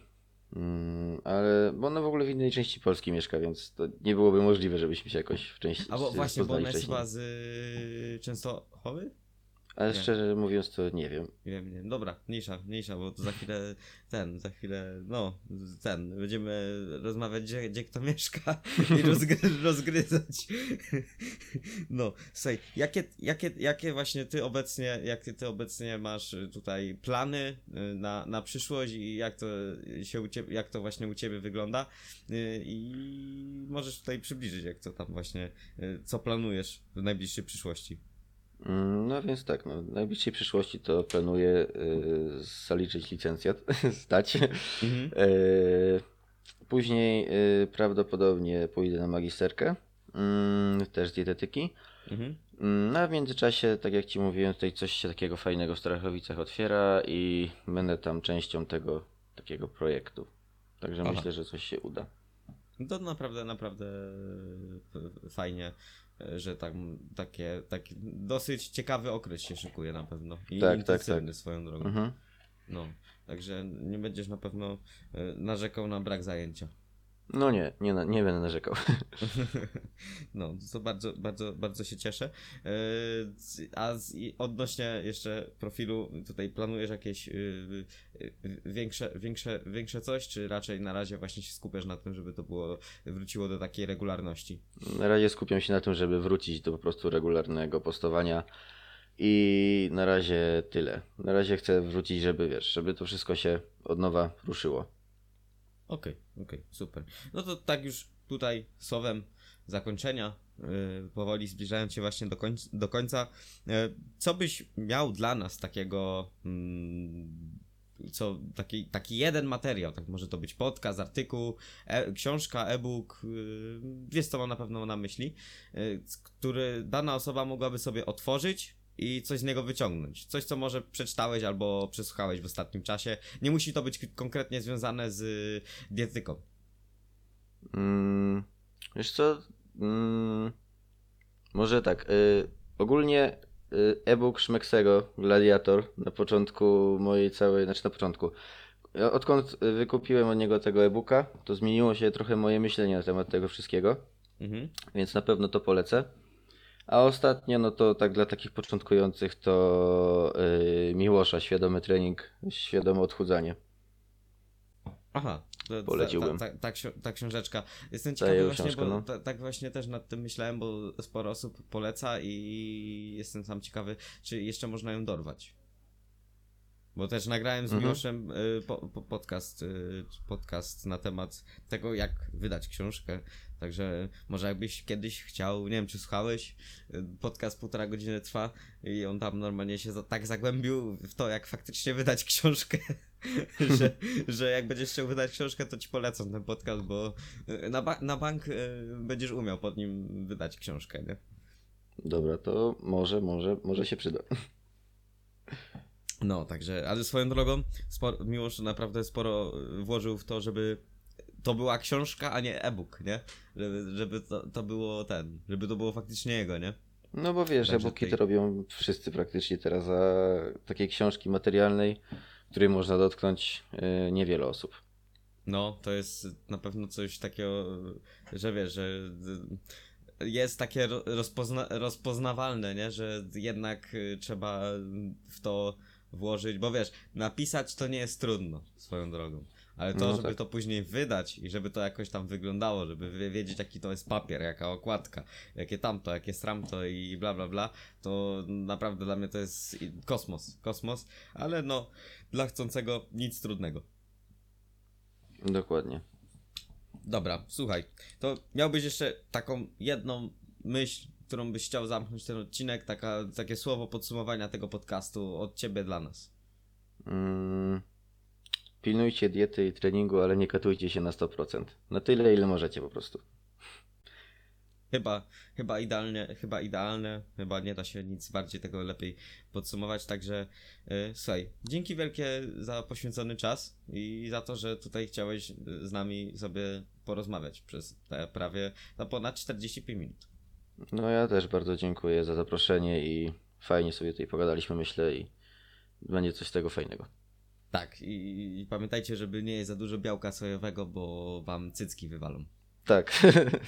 Mm, ale bo ona w ogóle w innej części Polski mieszka, więc to nie byłoby możliwe, żebyśmy się jakoś w części a bo właśnie, bo poznali ona jest wcześniej. chyba z y, Częstochowy? Ale nie. szczerze mówiąc, to nie wiem. Nie wiem, nie wiem. Dobra, mniejsza, mniejsza, bo to za chwilę ten, za chwilę, no, ten, będziemy rozmawiać, gdzie, gdzie kto mieszka i rozgry, rozgryzać. No, słuchaj, jakie, jakie, jakie właśnie ty obecnie, jakie ty obecnie masz tutaj plany y, na, na przyszłość i jak to się u ciebie, jak to właśnie u ciebie wygląda y, i możesz tutaj przybliżyć, jak to tam właśnie, y, co planujesz w najbliższej przyszłości. Mm, No więc tak, no, w najbliższej przyszłości to planuję yy, zaliczyć licencjat, zdać. Mhm. Yy, później yy, prawdopodobnie pójdę na magisterkę, mm, też z dietetyki. Mhm. Mm, No a w międzyczasie, tak jak Ci mówiłem, tutaj coś się takiego fajnego w Strachowicach otwiera i będę tam częścią tego takiego projektu. Także Aha. myślę, że coś się uda. To naprawdę, naprawdę e, fajnie, e, że tam takie, taki dosyć ciekawy okres się szykuje na pewno. I Tak, tak, intensywny swoją drogą. Mhm. No, także nie będziesz na pewno e, narzekał na brak zajęcia. No nie, nie, na- nie będę narzekał. No, to bardzo, bardzo, bardzo się cieszę. E, c- A z, i odnośnie jeszcze profilu, tutaj planujesz jakieś y, y, y, większe, większe, większe coś, czy raczej na razie właśnie się skupiasz na tym, żeby to było, wróciło do takiej regularności? Na razie skupiam się na tym, żeby wrócić do po prostu regularnego postowania i na razie tyle. Na razie chcę wrócić, żeby wiesz, żeby to wszystko się od nowa ruszyło. Okej, okej, super. No to tak już tutaj słowem zakończenia, yy, powoli zbliżając się właśnie do, końc- do końca, yy, co byś miał dla nas takiego, mm, co, taki, taki jeden materiał, tak może to być podcast, artykuł, e- książka, e-book, yy, wiesz co mam na pewno na myśli, yy, c- który dana osoba mogłaby sobie otworzyć i coś z niego wyciągnąć. Coś, co może przeczytałeś albo przesłuchałeś w ostatnim czasie. Nie musi to być k- konkretnie związane z y, dietyką. Mm, wiesz co? Mm, może tak. Y, ogólnie y, e-book Szmeksego, Gladiator, na początku mojej całej, znaczy na początku, Ja odkąd wykupiłem od niego tego e-booka, to zmieniło się trochę moje myślenie na temat tego wszystkiego, Mhm. więc na pewno to polecę. A ostatnio, no to tak dla takich początkujących to yy, Miłosza, Świadomy trening, świadome odchudzanie. Aha, to, ta, Poleciłbym. ta, ta, ta, ksi- ta książeczka. Jestem Ta ciekawy jego właśnie, książka, bo no. ta, tak właśnie też nad tym myślałem, bo sporo osób poleca i jestem sam ciekawy, czy jeszcze można ją dorwać. Bo też nagrałem z Mhm. Miłoszem y, po, po, podcast, y, podcast na temat tego, jak wydać książkę. Także może jakbyś kiedyś chciał, nie wiem czy słuchałeś, y, podcast półtora godziny trwa i on tam normalnie się za, tak zagłębił w to, jak faktycznie wydać książkę, że, że jak będziesz chciał wydać książkę, to ci polecam ten podcast, bo y, na, ba- na bank y, będziesz umiał pod nim wydać książkę, nie? Dobra, to może, może, może się przyda. No, także, ale swoją drogą, sporo, Miłosz naprawdę sporo włożył w to, żeby to była książka, a nie e-book, nie? Żeby, żeby to, to było ten, żeby to było faktycznie jego, nie? No bo wiesz, Także e-booki tej- to robią wszyscy praktycznie teraz, a takiej książki materialnej, której można dotknąć yy, niewiele osób. No, to jest na pewno coś takiego, że wiesz, że jest takie ro- rozpozna- rozpoznawalne, nie? Że jednak y, trzeba w to włożyć, bo wiesz, napisać to nie jest trudno, swoją drogą. Ale to, No żeby tak. to później wydać i żeby to jakoś tam wyglądało, żeby wy- wiedzieć jaki to jest papier, jaka okładka, jakie tamto, jakie stramto i bla bla bla, to naprawdę dla mnie to jest i- kosmos, kosmos, ale no, dla chcącego nic trudnego. Dokładnie. Dobra, słuchaj, to miałbyś jeszcze taką jedną myśl, którą byś chciał zamknąć ten odcinek, taka, takie słowo podsumowania tego podcastu od ciebie dla nas. Mm, pilnujcie diety i treningu, ale nie katujcie się na sto procent. Na tyle, ile możecie po prostu. Chyba, chyba idealnie, chyba idealne, chyba nie da się nic bardziej tego lepiej podsumować, także yy, słuchaj, dzięki wielkie za poświęcony czas i za to, że tutaj chciałeś y, z nami sobie porozmawiać przez te prawie no, ponad czterdzieści pięć minut. No ja też bardzo dziękuję za zaproszenie i fajnie sobie tutaj pogadaliśmy, myślę, i będzie coś z tego fajnego. Tak, i, i pamiętajcie, żeby nie jeść za dużo białka sojowego, bo wam cycki wywalą. Tak.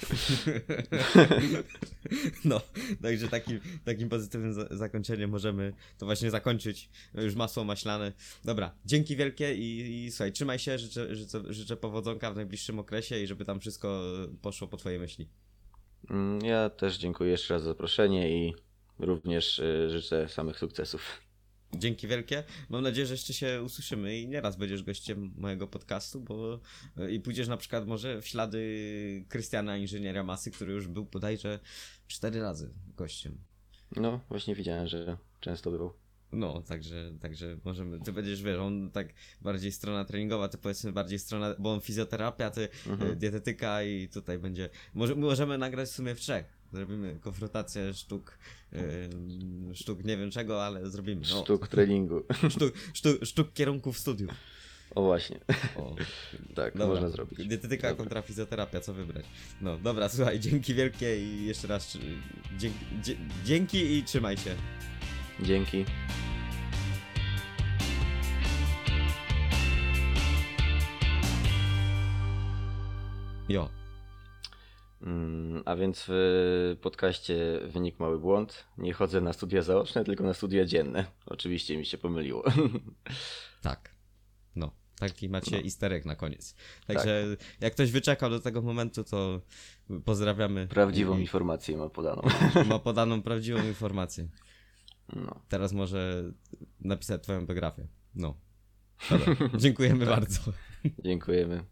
No, także takim, takim pozytywnym za- zakończeniem możemy to właśnie zakończyć. Już masło maślane. Dobra, dzięki wielkie i, i słuchaj, trzymaj się, życzę, życzę, życzę powodzonka w najbliższym okresie i żeby tam wszystko poszło po twojej myśli. Mm, Ja też dziękuję jeszcze raz za zaproszenie i również y, życzę samych sukcesów. Dzięki wielkie. Mam nadzieję, że jeszcze się usłyszymy i nieraz będziesz gościem mojego podcastu, bo i pójdziesz na przykład może w ślady Krystiana, inżyniera masy, który już był bodajże cztery razy gościem. No, właśnie widziałem, że często bywał. No, także, także możemy, ty będziesz, wiesz, on tak bardziej strona treningowa, ty powiedzmy bardziej strona, bo on fizjoterapia, ty Mhm. y, dietetyka i tutaj będzie, może, możemy nagrać w sumie w trzech. Zrobimy konfrontację sztuk, y, sztuk nie wiem czego, ale zrobimy. No, Sztuk treningu. sztuk, sztuk, sztuk kierunków studiów. O właśnie. O, Tak, dobra. można zrobić. Dietetyka Dobra. kontra fizjoterapia, co wybrać? No, dobra, słuchaj, dzięki wielkie i jeszcze raz y, dzięki, dzie, dzięki i trzymaj się. Dzięki. Jo. Mm, A więc w podcaście wynikł mały błąd. Nie chodzę na studia zaoczne, tylko na studia dzienne. Oczywiście mi się pomyliło. Tak. No. Taki macie No. easter egg na koniec. Także jak ktoś wyczekał do tego momentu, to pozdrawiamy. Prawdziwą I- informację mam podaną. Ma podaną prawdziwą informację. No. Teraz może napisać twoją biografię. No. Dobra. Dziękujemy bardzo. Dziękujemy.